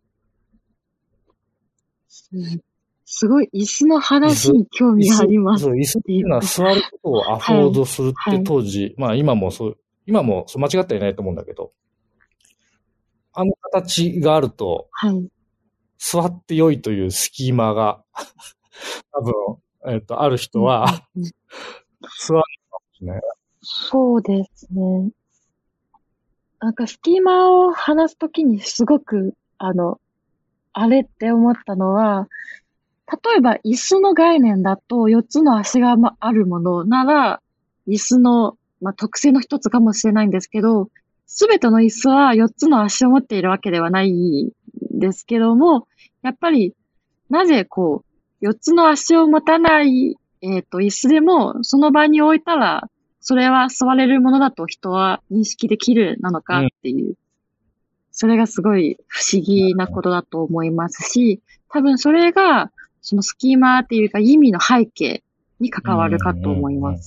すごい、椅子の話に興味があります。 そう、椅子っていうのは座ることをアフォードするって当時、はいはい、まあ今もそう、今も間違ってはいないと思うんだけど、あの形があると、はい、座って良いというスキーマが、多分、えっと、ある人は、うんうんうん、座るかもしれない。 そうですね。なんかスキーマを話すときにすごく、あの、あれって思ったのは、例えば椅子の概念だとよっつの足があるものなら、椅子の、まあ、特性の一つかもしれないんですけど、すべての椅子はよっつの足を持っているわけではないんですけども、やっぱり、なぜこう、よっつの足を持たない、えっと、椅子でも、その場に置いたら、それは座れるものだと人は認識できるなのかっていう、うん、それがすごい不思議なことだと思いますし、多分それが、そのスキーマっていうか意味の背景に関わるかと思います。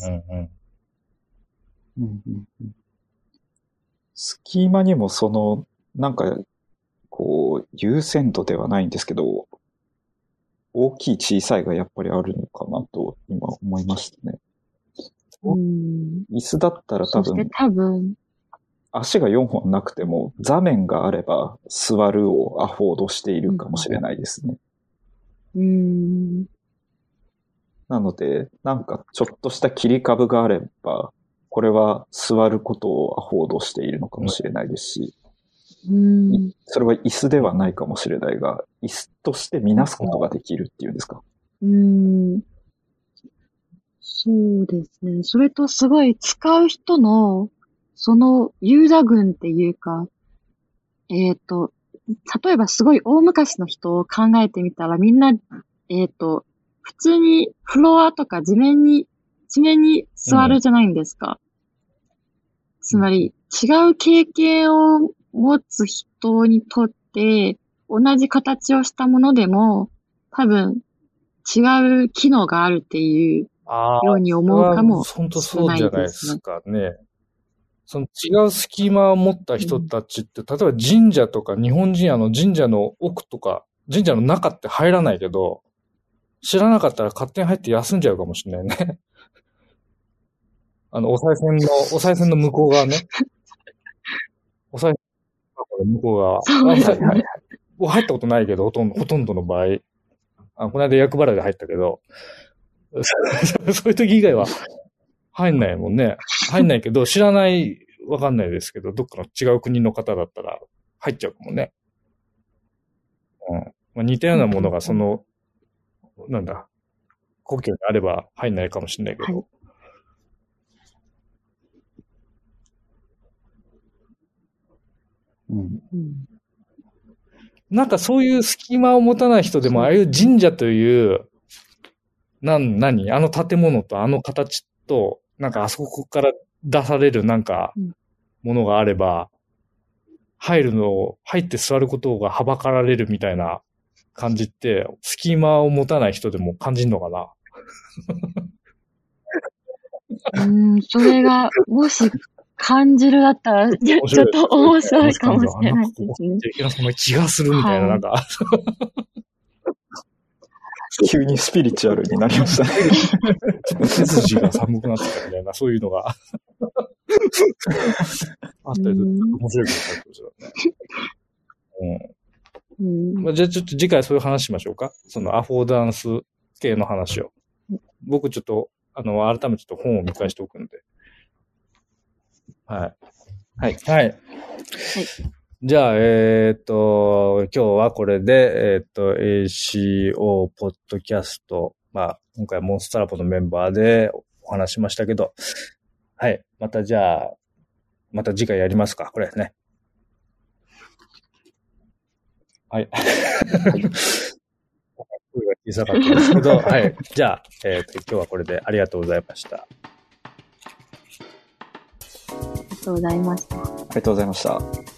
スキーマにもその、なんか、こう、優先度ではないんですけど、大きい小さいがやっぱりあるのかなと今思いましたね。うん、椅子だったら多分、そして多分足がよんほんなくても座面があれば座るをアフォードしているかもしれないですね。うん、なので、なんかちょっとした切り株があれば、これは座ることをアフォードしているのかもしれないですし、 うん。 それは椅子ではないかもしれないが、椅子としてみなすことができるっていうんですか？ うん。そうですね。それとすごい使う人の、そのユーザー群っていうか、えっと、例えばすごい大昔の人を考えてみたらみんな、えっと、普通にフロアとか地面に、地面に座るじゃないんですか。つまり、違う経験を持つ人にとって、同じ形をしたものでも、多分、違う機能があるっていうああ、 ようにそれは思うかも本当しれないそうじゃないですですね。 かね。その違う隙間を持った人たちって、例えば神社とか日本人あの神社の奥とか、神社の中って入らないけど、知らなかったら勝手に入って休んじゃうかもしれないね。あの、お賽銭の、お賽銭の向こう側ね。お賽銭の向こう側。 そうですね。 はいはい。僕入ったことないけど、ほとんど、ほとんどの場合。あ、この間厄払いで入ったけど、そういう時以外は入んないもんね。入んないけど、知らない、わかんないですけど、どっかの違う国の方だったら入っちゃうかもね。うん。まあ、似たようなものがその、なんだ、故郷にあれば入んないかもしれないけど。 はい。 うんうん。 なんかそういう隙間を持たない人でも、ああいう神社という、なん、何あの建物とあの形と、なんかあそこから出されるなんか、ものがあれば、入るのを、入って座ることがはばかられるみたいな感じって、隙間を持たない人でも感じるのかな？ うーん、それが、もし感じるだったら、ちょちょっと面白いかもしれないですね。 いや、そんな気がするみたいな、 はいなんか。 急にスピリチュアルになりましたね。 背筋が寒くなってきたみたいな、そういうのがあったりすると面白いことだね。うん。 うん。 まあ、じゃあちょっと次回そういう話しましょうか。そのアフォーダンス系の話を。僕ちょっと、あの、改めてちょっと本を見返しておくんで。はい。 はい。 はい。じゃあ、えっと、今日はこれで、えっと、エーシーオー ポッドキャスト、まあ、今回はモンスターラボのメンバーでお話しましたけど、はい。またじゃあ、また次回やりますか、これね。はい。声が小さかったですけど、はい。じゃあ、えっと、今日はこれでありがとうございました。 ありがとうございました。 ありがとうございました。